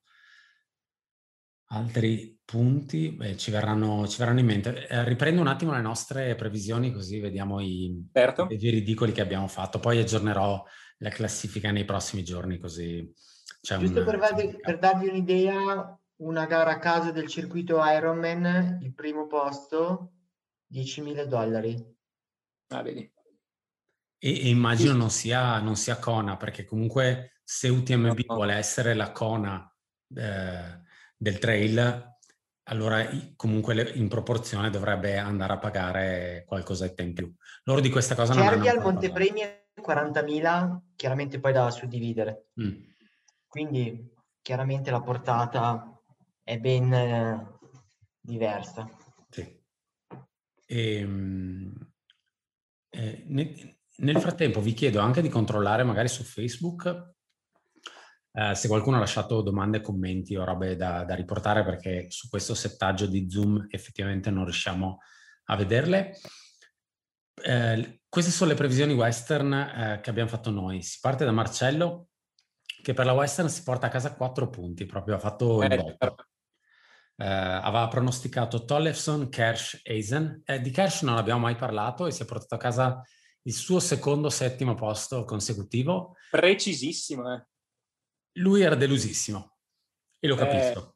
altri punti, beh, ci, verranno, ci verranno in mente. Eh, riprendo un attimo le nostre previsioni, così vediamo i, certo. i ridicoli che abbiamo fatto. Poi aggiornerò la classifica nei prossimi giorni, così c'è Giusto un... per, darvi, per darvi un'idea, una gara a caso del circuito Ironman, il primo posto, diecimila dollari. Ah, vedi. E, e immagino non sia, non sia Kona, perché comunque se U T M B no, no. vuole essere la Kona eh, del trail, allora comunque in proporzione dovrebbe andare a pagare qualcosetta in più. Loro di questa cosa non hanno Cervia al montepremi quarantamila, chiaramente poi da suddividere. Mm. Quindi chiaramente la portata è ben eh, diversa. Sì. E, eh, nel, nel frattempo vi chiedo anche di controllare magari su Facebook eh, se qualcuno ha lasciato domande, commenti o robe da, da riportare, perché su questo settaggio di Zoom effettivamente non riusciamo a vederle. Eh, queste sono le previsioni Western eh, che abbiamo fatto noi. Si parte da Marcello, che per la Western si porta a casa quattro punti, proprio ha fatto il botto. Eh, aveva pronosticato Tollefson, Kersh, Eisen. Eh, di Kersh non abbiamo mai parlato e si è portato a casa il suo secondo settimo posto consecutivo. Precisissimo, eh. Lui era delusissimo e lo capisco.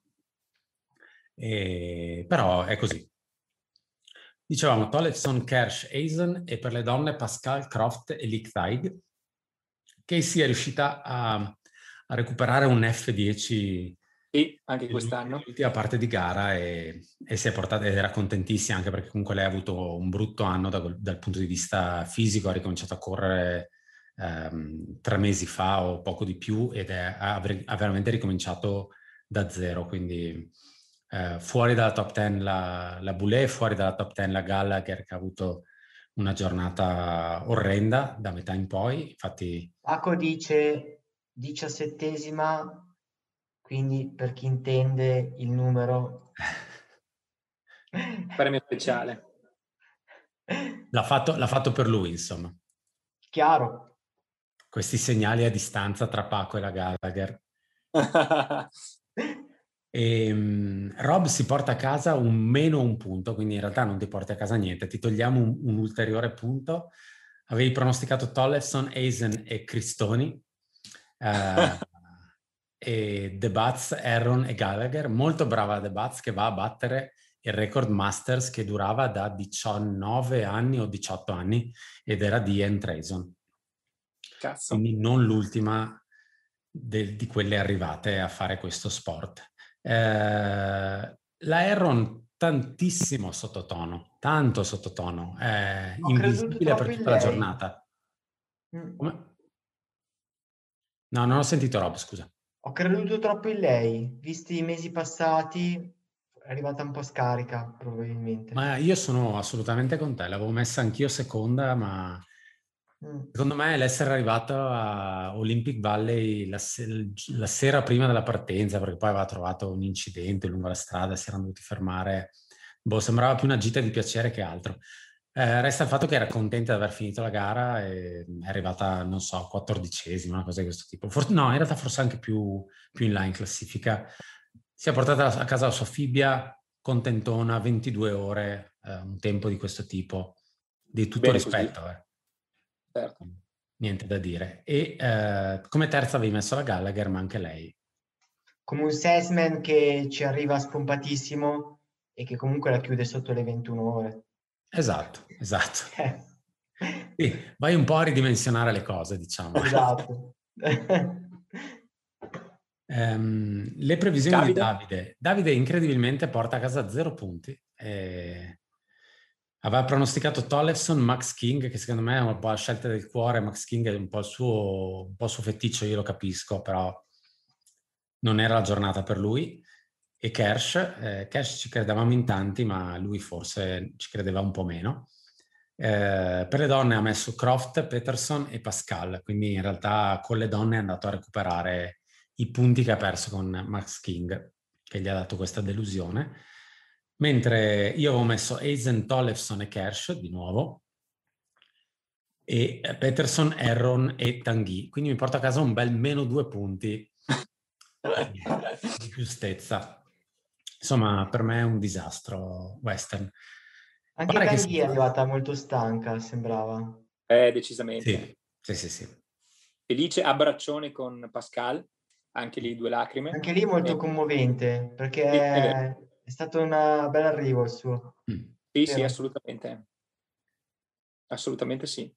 Eh. E, però è così. Dicevamo Tollefson, Kersh, Eisen e per le donne Pascal, Croft e Lichtheig. Casey è riuscita a, a recuperare un F dieci sì, anche quest'anno. L'ultima parte di gara e, e si è portata ed era contentissima, anche perché comunque lei ha avuto un brutto anno da, dal punto di vista fisico, ha ricominciato a correre ehm, tre mesi fa o poco di più ed è, ha, ha veramente ricominciato da zero, quindi eh, fuori dalla top dieci la, la Boulet, fuori dalla top dieci la Gallagher, che ha avuto una giornata orrenda da metà in poi. Infatti Paco dice diciassettesima, quindi per chi intende il numero premio speciale. L'ha fatto, l'ha fatto per lui, insomma. Chiaro. Questi segnali a distanza tra Paco e la Gallagher. E, um, Rob si porta a casa un meno un punto, quindi in realtà non ti porti a casa niente, ti togliamo un, un ulteriore punto. Avevi pronosticato Tollefson, Eisen e Cristoni, uh, e The Butts, Aaron e Gallagher. Molto brava The Butts, che va a battere il record Masters che durava da diciannove anni o diciotto anni ed era di Ian Trayson. Cazzo. Quindi non l'ultima de, di quelle arrivate a fare questo sport. Eh, la Aaron tantissimo sottotono, tanto sottotono, è Ho invisibile per tutta la giornata. Mm. Come? No, non ho sentito Rob, scusa. Ho creduto troppo in lei, visti i mesi passati, è arrivata un po' scarica probabilmente. Ma io sono assolutamente con te, l'avevo messa anch'io seconda, ma mm. secondo me l'essere arrivato a Olympic Valley la, se- la sera prima della partenza, perché poi aveva trovato un incidente lungo la strada, si erano dovuti fermare, boh, sembrava più una gita di piacere che altro. Eh, resta il fatto che era contenta di aver finito la gara e è arrivata, non so, quattordicesima, una cosa di questo tipo. Forse, no, in realtà forse anche più, più in là in classifica. Si è portata a casa la sua fibbia, contentona, ventidue ore, eh, un tempo di questo tipo, di tutto Bene rispetto. Eh. Certo. Niente da dire. E eh, come terza avevi messo la Gallagher, ma anche lei. Come un salesman che ci arriva spompatissimo e che comunque la chiude sotto le ventuno ore. Esatto, esatto. Sì, vai un po' a ridimensionare le cose, diciamo. Esatto. um, le previsioni Davide? di Davide. Davide incredibilmente porta a casa zero punti. E aveva pronosticato Tollefson, Max King, che secondo me è un po' la scelta del cuore. Max King è un po' il suo, un po' il suo feticcio, io lo capisco, però non era la giornata per lui. E Kersh, eh, Kersh ci credevamo in tanti, ma lui forse ci credeva un po' meno. Eh, per le donne ha messo Croft, Peterson e Pascal, quindi in realtà con le donne è andato a recuperare i punti che ha perso con Max King, che gli ha dato questa delusione. Mentre io avevo messo Eisen, Tollefson e Kersh, di nuovo, e Peterson, Herron e Tanguy, quindi mi porto a casa un bel meno due punti di giustezza. Insomma, per me è un disastro Western. Anche Pare Tanguy che... è arrivata molto stanca, sembrava. Eh, decisamente. Sì, sì, sì, sì. Felice abbraccione con Pascal, anche lì due lacrime. Anche lì molto e... commovente, perché sì, è, è, è stato un bel arrivo il suo. Mm. Sì, sì, assolutamente. Assolutamente sì.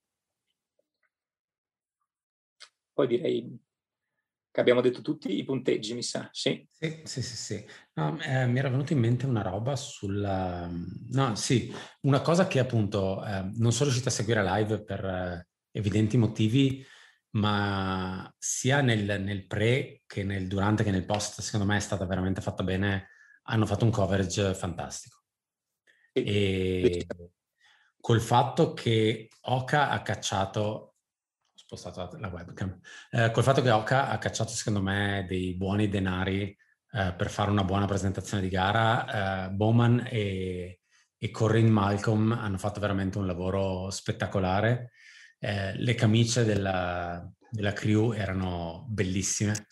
Poi direi che abbiamo detto tutti i punteggi, mi sa, sì? Sì, sì, sì, sì. No, eh, mi era venuta in mente una roba sulla... No, sì, una cosa che appunto eh, non sono riuscita a seguire live per eh, evidenti motivi, ma sia nel, nel pre che nel durante che nel post, secondo me è stata veramente fatta bene, hanno fatto un coverage fantastico. Sì. E col fatto che Oka ha cacciato... spostato la webcam, eh, col fatto che Oka ha cacciato secondo me dei buoni denari eh, per fare una buona presentazione di gara, eh, Bowman e, e Corinne Malcolm hanno fatto veramente un lavoro spettacolare. Eh, le camicie della, della crew erano bellissime.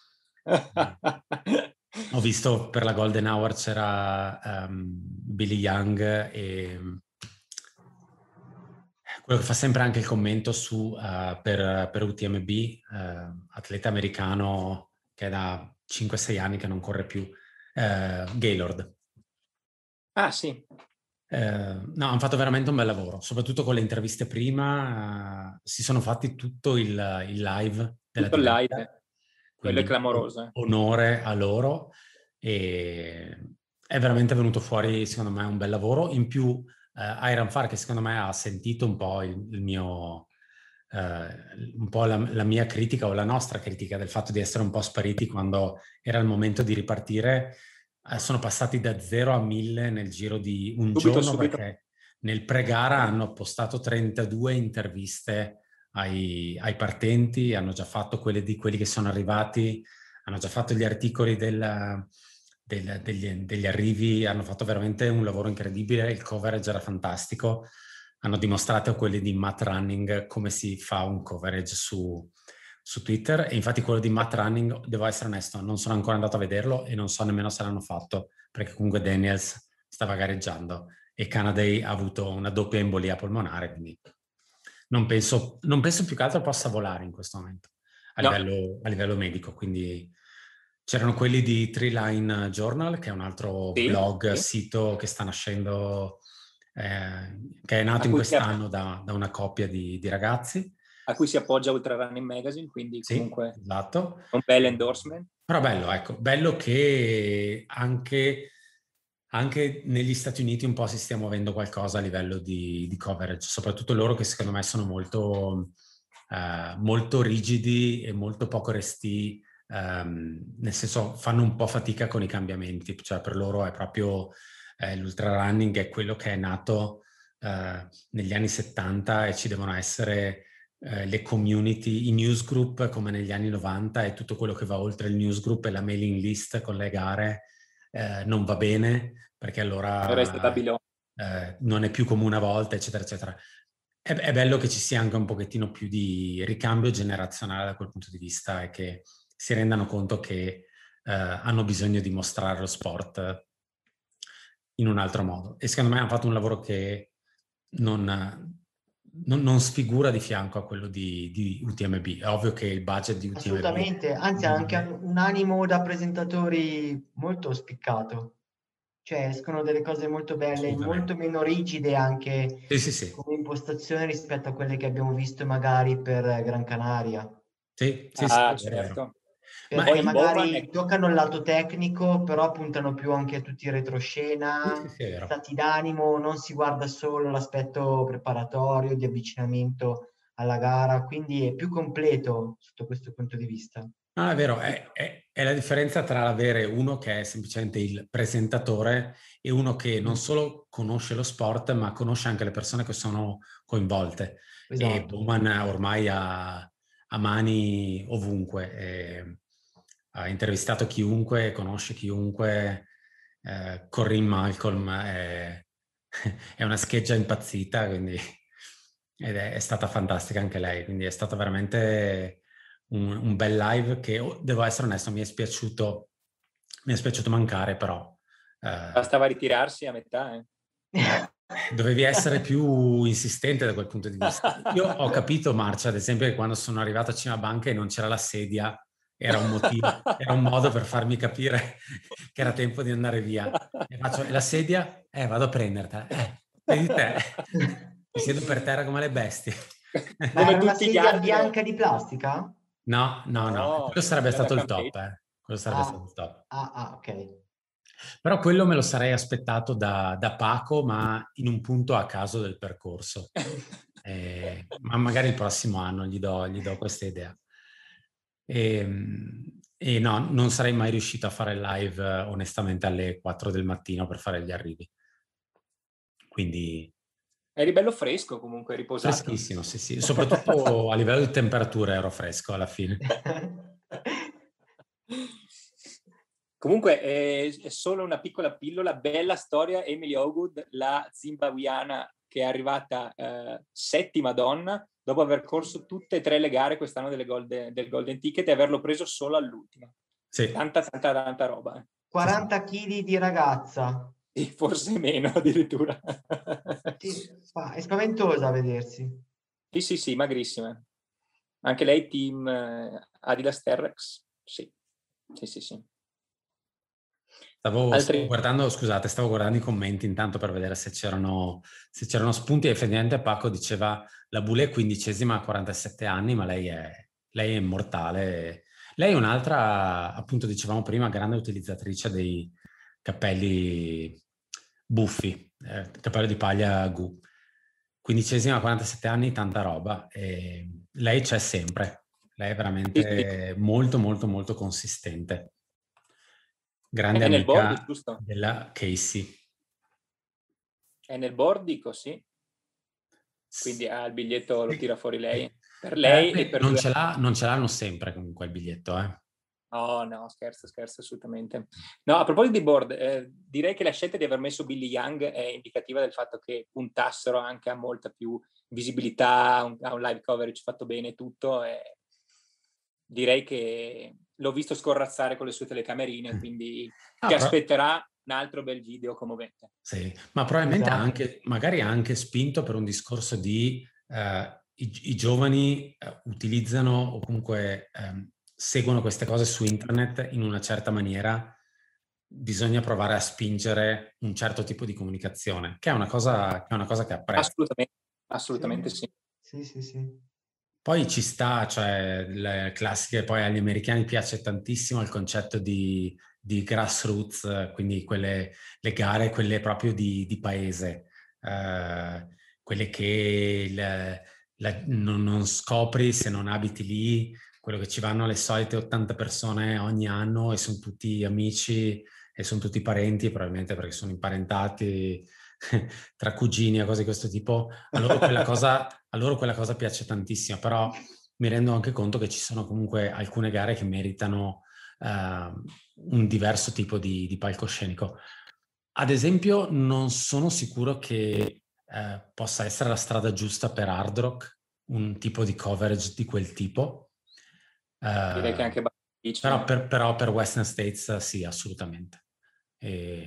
Ho visto per la Golden Hour c'era um, Billy Young e quello che fa sempre anche il commento su uh, per, per U T M B, uh, atleta americano che è da cinque sei anni che non corre più, uh, Gaylord. Ah, sì. Uh, no, hanno fatto veramente un bel lavoro, soprattutto con le interviste prima, uh, si sono fatti tutto il, il live della tutto il diretta. live, quello è clamoroso. Onore a loro, e è veramente venuto fuori secondo me un bel lavoro. In più Uh, Iron Far, che secondo me ha sentito un po' il, il mio, uh, un po' la, la mia critica o la nostra critica del fatto di essere un po' spariti quando era il momento di ripartire, uh, sono passati da zero a mille nel giro di un Subito, giorno, subito. perché nel pre-gara hanno postato trentadue interviste ai, ai partenti, hanno già fatto quelle di quelli che sono arrivati, hanno già fatto gli articoli della... Del, degli, degli arrivi, hanno fatto veramente un lavoro incredibile, il coverage era fantastico, hanno dimostrato a quelli di Matt Running come si fa un coverage su, su Twitter, e infatti quello di Matt Running, devo essere onesto, non sono ancora andato a vederlo e non so nemmeno se l'hanno fatto, perché comunque Daniels stava gareggiando e Canaday ha avuto una doppia embolia polmonare, quindi non penso, non penso più che altro possa volare in questo momento a, no. livello, a livello medico, quindi c'erano quelli di Three Line Journal, che è un altro sì, blog, sì. sito che sta nascendo, eh, che è nato in quest'anno da, da una coppia di, di ragazzi. A cui si appoggia Ultra Running Magazine, quindi comunque sì, esatto. Un bel endorsement. Però bello, ecco, bello che anche, anche negli Stati Uniti un po' si stia muovendo qualcosa a livello di, di coverage, soprattutto loro che secondo me sono molto, eh, molto rigidi e molto poco resti. Um, nel senso fanno un po' fatica con i cambiamenti, cioè per loro è proprio eh, l'ultra running è quello che è nato eh, negli anni settanta, e ci devono essere eh, le community, i newsgroup come negli anni novanta, e tutto quello che va oltre il newsgroup e la mailing list con le gare eh, non va bene, perché allora eh, non è più come una volta, eccetera eccetera. È, è bello che ci sia anche un pochettino più di ricambio generazionale da quel punto di vista, e che si rendano conto che eh, hanno bisogno di mostrare lo sport in un altro modo. E secondo me hanno fatto un lavoro che non, non, non sfigura di fianco a quello di, di U T M B. È ovvio che il budget di U T M B... Assolutamente, anzi ha anche un animo da presentatori molto spiccato. Cioè escono delle cose molto belle, molto meno rigide anche sì, sì, sì. come impostazione rispetto a quelle che abbiamo visto magari per Gran Canaria. Sì, sì, ah, sì, certo. Perché Ma magari è... toccano il lato tecnico, però puntano più anche a tutti i retroscena, sì, sì, stati d'animo, non si guarda solo l'aspetto preparatorio, di avvicinamento alla gara, quindi è più completo sotto questo punto di vista. No, è vero, è, è, è la differenza tra l'avere uno che è semplicemente il presentatore e uno che non solo conosce lo sport, ma conosce anche le persone che sono coinvolte. Esatto. E Bowman ormai ha, ha mani ovunque, e ha intervistato chiunque, conosce chiunque. Eh, Corinne Malcolm è, è una scheggia impazzita, quindi, ed è, è stata fantastica anche lei, quindi è stata veramente... Un, un bel live che, oh, devo essere onesto, mi è spiaciuto, mi è spiaciuto mancare, però... Eh, bastava ritirarsi a metà, eh. Dovevi essere più insistente da quel punto di vista. Io ho capito, Marcia, ad esempio, che quando sono arrivato a Cima Banca e non c'era la sedia, era un motivo, era un modo per farmi capire che era tempo di andare via. E faccio, e la sedia? Eh, vado a prendertela. Eh, vedi te, mi siedo per terra come le bestie. Ma era una sedia bianca di plastica? No, no, no, no. Quello sarebbe stato il top, eh. Quello sarebbe ah, stato il top. Ah, ah, ok. Però quello me lo sarei aspettato da, da Paco, ma in un punto a caso del percorso. Eh, ma magari il prossimo anno gli do, gli do questa idea. E, e no, non sarei mai riuscito a fare live onestamente alle quattro del mattino per fare gli arrivi. Quindi... Eri bello fresco comunque, riposato. Freschissimo, sì, sì. Soprattutto a livello di temperatura ero fresco alla fine. Comunque è, è solo una piccola pillola, bella storia, Emily Ogood, la zimbabuiana che è arrivata eh, settima donna dopo aver corso tutte e tre le gare quest'anno delle Golden, del Golden Ticket e averlo preso solo all'ultima. Sì. Tanta, tanta, tanta roba. Eh. quaranta chili di ragazza. E forse meno addirittura. Sì, è spaventosa a vedersi. Sì, sì, sì, magrissima. Anche lei team eh, Adidas Terrex? Sì, sì, sì, sì. Stavo, Altri... stavo guardando, scusate, stavo guardando i commenti intanto per vedere se c'erano, se c'erano spunti e effettivamente Paco diceva la Bule è quindicesima a quarantasette anni, ma lei è, lei è immortale. Lei è un'altra, appunto dicevamo prima, grande utilizzatrice dei cappelli buffi, eh, cappello di paglia Gu. Quindicesima a quarantasette anni, tanta roba. E lei c'è sempre, lei è veramente sì, sì. molto molto molto consistente. Grande è nel amica board, giusto? Della Casey. È nel board, dico sì. Quindi ha ah, il biglietto, sì. Lo tira fuori lei. Per lei eh, e per non, due... ce l'ha, non ce l'hanno sempre comunque il biglietto, eh. Oh no, scherzo, scherzo, assolutamente. No, a proposito di board, eh, direi che la scelta di aver messo Billy Young è indicativa del fatto che puntassero anche a molta più visibilità, a un, a un live coverage fatto bene tutto. E direi che l'ho visto scorrazzare con le sue telecamerine, quindi ah, ti però... aspetterà un altro bel video commovente. Sì, ma probabilmente esatto. anche, magari ha anche spinto per un discorso di eh, i, i giovani eh, utilizzano o comunque eh, seguono queste cose su internet in una certa maniera, bisogna provare a spingere un certo tipo di comunicazione, che è una cosa che, è una cosa che apprezzo. Assolutamente, assolutamente sì. Sì, sì, sì. Poi ci sta, cioè le classiche, poi agli americani piace tantissimo il concetto di, di grassroots, quindi quelle le gare, quelle proprio di, di paese, eh, quelle che la, la, non, non scopri se non abiti lì, quello che ci vanno le solite ottanta persone ogni anno e sono tutti amici e sono tutti parenti, probabilmente perché sono imparentati tra cugini e cose di questo tipo. A loro quella cosa, a loro quella cosa piace tantissimo, però mi rendo anche conto che ci sono comunque alcune gare che meritano uh, un diverso tipo di, di palcoscenico. Ad esempio, non sono sicuro che uh, possa essere la strada giusta per Hard Rock, un tipo di coverage di quel tipo. Uh, Direi che anche però per, però per Western States sì, assolutamente. E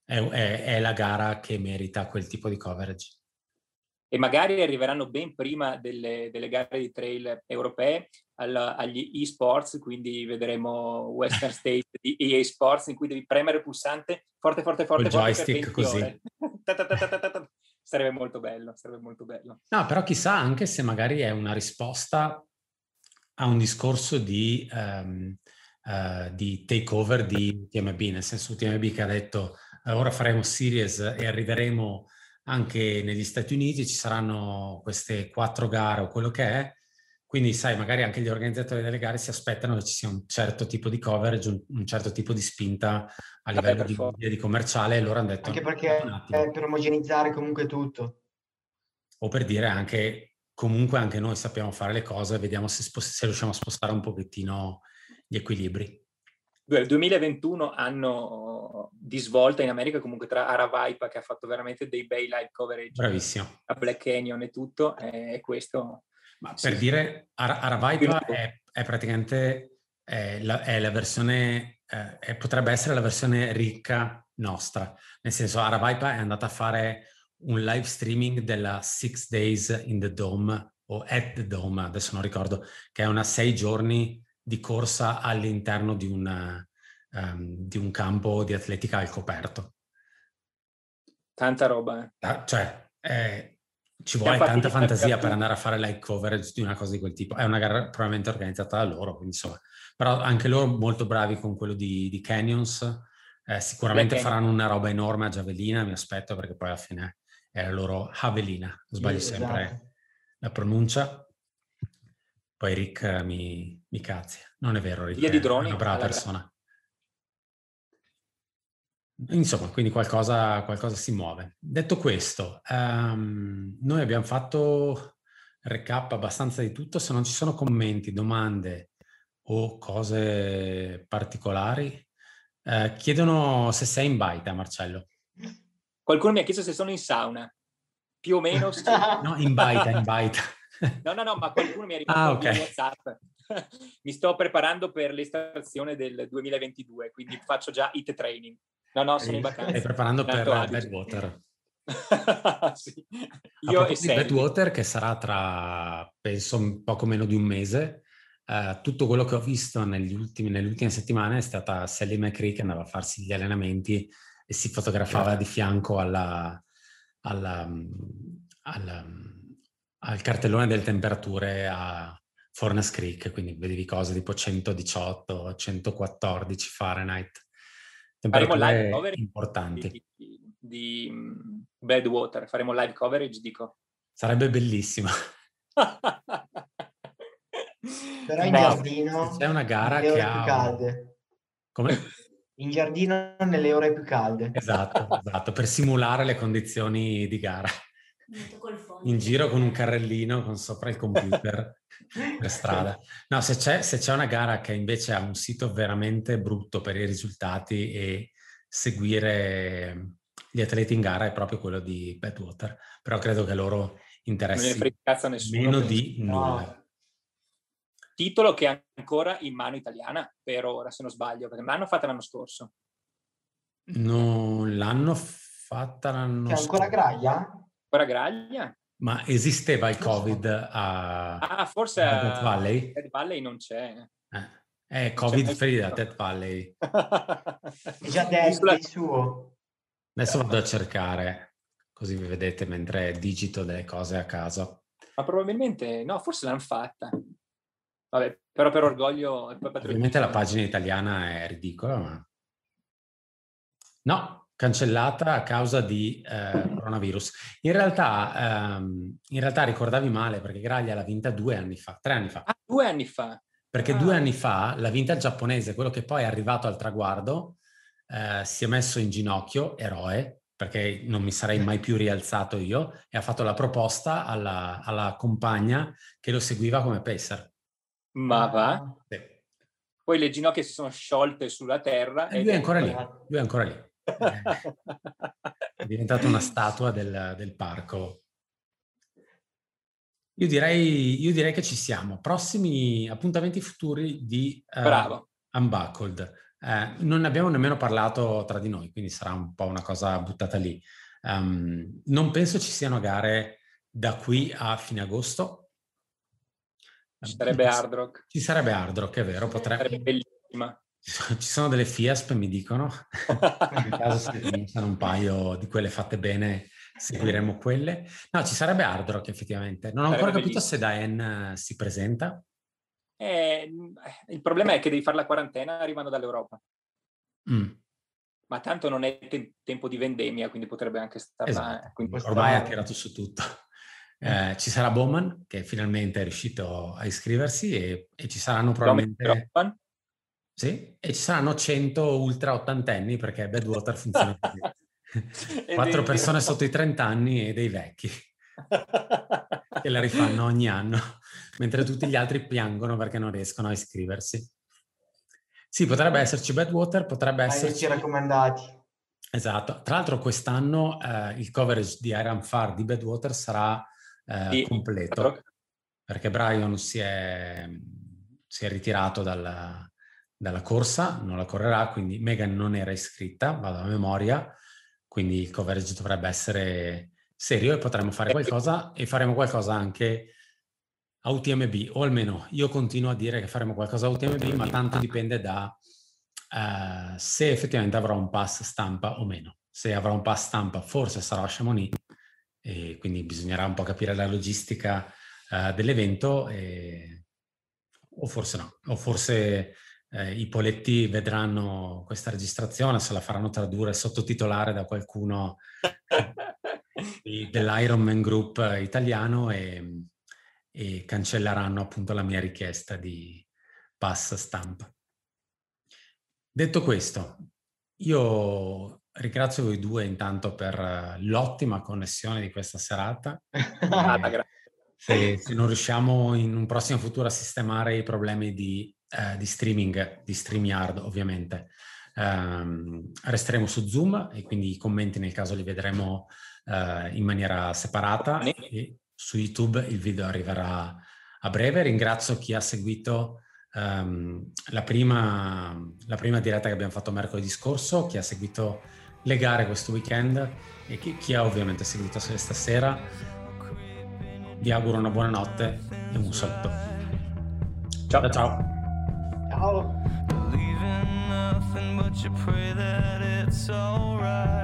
è, è, è la gara che merita quel tipo di coverage. E magari arriveranno ben prima delle, delle gare di trail europee al, agli eSports, quindi vedremo Western State di E A Sports in cui devi premere il pulsante forte, forte, forte, Col forte joystick per venti così. ore. Sarebbe molto bello, sarebbe molto bello. No, però chissà anche se magari è una risposta a un discorso di, um, uh, di takeover di U T M B, nel senso U T M B che ha detto uh, ora faremo series e arriveremo anche negli Stati Uniti, ci saranno queste quattro gare o quello che è, quindi sai, magari anche gli organizzatori delle gare si aspettano che ci sia un certo tipo di coverage, un, un certo tipo di spinta a livello Vabbè, di, di commerciale, e loro hanno detto anche perché è per omogenizzare comunque tutto. O per dire anche, comunque anche noi sappiamo fare le cose, vediamo se, spost- se riusciamo a spostare un pochettino gli equilibri. Il duemilaventuno anno di svolta in America, comunque tra Aravaipa che ha fatto veramente dei bei live coverage. Bravissimo. A Black Canyon e tutto, è questo. Ma sì, per sì. dire, Ar- Aravaipa è, è praticamente è la, è la versione, eh, è, potrebbe essere la versione ricca nostra, nel senso Aravaipa è andata a fare un live streaming della Six Days in the Dome o at the Dome, adesso non ricordo, che è una sei giorni di corsa all'interno di, una, um, di un campo di atletica al coperto. Tanta roba. Eh. Ah, cioè, eh, ci vuole tanta fantasia per andare a fare live coverage di una cosa di quel tipo. È una gara probabilmente organizzata da loro, quindi insomma. Però anche loro molto bravi con quello di, di Canyons. Eh, sicuramente Black faranno una roba enorme a Javelina, mi aspetto, perché poi alla fine è la loro Javelina, sbaglio sì, sempre esatto. la pronuncia. Poi Rick mi, mi cazia. Non è vero, Rick Via di è droni, una brava persona. Insomma, quindi qualcosa, qualcosa si muove. Detto questo, um, noi abbiamo fatto recap abbastanza di tutto. Se non ci sono commenti, domande o cose particolari, eh, chiedono se sei in baita, Marcello. Qualcuno mi ha chiesto se sono in sauna. Più o meno sì. No, in baita, in baita. No, no, no, ma qualcuno mi ha rivolto ah, okay. via WhatsApp. Mi sto preparando per l'estrazione del duemilaventidue, quindi faccio già hit training. No, no, sono in vacanza. Stai preparando per Badwater. Sì. A Io e proposito di Badwater, che sarà tra, penso, poco meno di un mese, uh, tutto quello che ho visto negli ultimi, nelle ultime settimane è stata Sally McCree che andava a farsi gli allenamenti e si fotografava di fianco alla, alla, alla, al cartellone delle temperature a Furnace Creek, quindi vedevi cose tipo centodiciotto, centoquattordici Fahrenheit. Faremo live Temperature coverage importanti. Di, di, di Badwater, faremo live coverage, dico. Sarebbe bellissimo. Però in no, giardino, c'è una gara nelle che ore ha... più calde. Come? In giardino nelle ore più calde. Esatto, esatto, per simulare le condizioni di gara. In giro con un carrellino con sopra il computer per strada. No, se c'è, se c'è una gara che invece ha un sito veramente brutto per i risultati e seguire gli atleti in gara è proprio quello di Badwater, però credo che loro interessi non ne frega cazzo a nessuno, meno penso. di nulla. No. Titolo che è ancora in mano italiana per ora, se non sbaglio, perché l'hanno fatta l'anno scorso. Non l'hanno fatta l'anno C'è ancora scorso. Graglia? Ancora Graglia? Ma esisteva il Covid a, ah, forse a Death Valley? Death Valley non c'è. Eh, è Covid free da Death Valley. È già detto il suo. Adesso vado a cercare, così vi vedete mentre digito delle cose a caso. Ma probabilmente, no, forse l'hanno fatta. Vabbè, però per orgoglio... Ovviamente la pagina italiana è ridicola, ma... No, cancellata a causa di eh, coronavirus. In realtà, ehm, in realtà ricordavi male, perché Graglia l'ha vinta due anni fa, tre anni fa. Ah, due anni fa? Perché ah. due anni fa l'ha vinta il giapponese, quello che poi è arrivato al traguardo, eh, si è messo in ginocchio, eroe, perché non mi sarei mai più rialzato io, e ha fatto la proposta alla, alla compagna che lo seguiva come pacer. Ma va? Sì. Poi le ginocchia si sono sciolte sulla terra. E lui è ancora lì, lui è ancora lì. È diventato una statua del, del parco. Io direi, io direi che ci siamo. Prossimi appuntamenti futuri di uh, Bravo. Unbuckled. Eh, non ne abbiamo nemmeno parlato tra di noi, quindi sarà un po' una cosa buttata lì. Um, non penso ci siano gare da qui a fine agosto. Ci sarebbe Hard Rock. Ci sarebbe Hard Rock, è vero. Potrebbe... Sarebbe bellissima. Ci sono delle Fiasp, mi dicono. In caso se vincano un paio di quelle fatte bene, seguiremo quelle. No, ci sarebbe Hard Rock, effettivamente. Non ho sarebbe ancora capito bellissimo. Se Daen si presenta. Eh, il problema è che devi fare la quarantena arrivando dall'Europa. Mm. Ma tanto non è te- tempo di vendemmia, quindi potrebbe anche stare esatto. là. Quindi... Ormai ha tirato su tutto. Eh, ci sarà Bowman, che finalmente è riuscito a iscriversi, e, e ci saranno probabilmente... Sì, e ci saranno cento ultra ottantenni, perché Badwater funziona così. Quattro persone sotto i trenta anni e dei vecchi che la rifanno ogni anno, mentre tutti gli altri piangono perché non riescono a iscriversi. Sì, potrebbe esserci Badwater, potrebbe esserci... raccomandati. Esatto. Tra l'altro quest'anno eh, il coverage di Iron Far di Badwater sarà eh, sì, completo, perché Brian si è, si è ritirato dalla, dalla corsa, non la correrà, quindi Megan non era iscritta, vado a memoria, quindi il coverage dovrebbe essere serio e potremo fare qualcosa, e faremo qualcosa anche a U T M B, o almeno io continuo a dire che faremo qualcosa a U T M B, ma tanto dipende da uh, se effettivamente avrò un pass stampa o meno. Se avrò un pass stampa forse sarò a Chamonix, e quindi bisognerà un po' capire la logistica uh, dell'evento, e... o forse no, o forse eh, i poletti vedranno questa registrazione, se la faranno tradurre, sottotitolare da qualcuno dell'Ironman Group italiano, e, e cancelleranno appunto la mia richiesta di pass stampa. Detto questo, io ringrazio voi due intanto per l'ottima connessione di questa serata. Ah, se, se non riusciamo in un prossimo futuro a sistemare i problemi di, eh, di streaming, di StreamYard ovviamente, ehm, resteremo su Zoom, e quindi i commenti nel caso li vedremo eh, in maniera separata, e su YouTube il video arriverà a breve. Ringrazio chi ha seguito um, la, prima, la prima diretta che abbiamo fatto mercoledì scorso, chi ha seguito le gare questo weekend, e chi, chi ha ovviamente seguito stasera. Vi auguro una buona notte e un saluto. Ciao ciao. Ciao.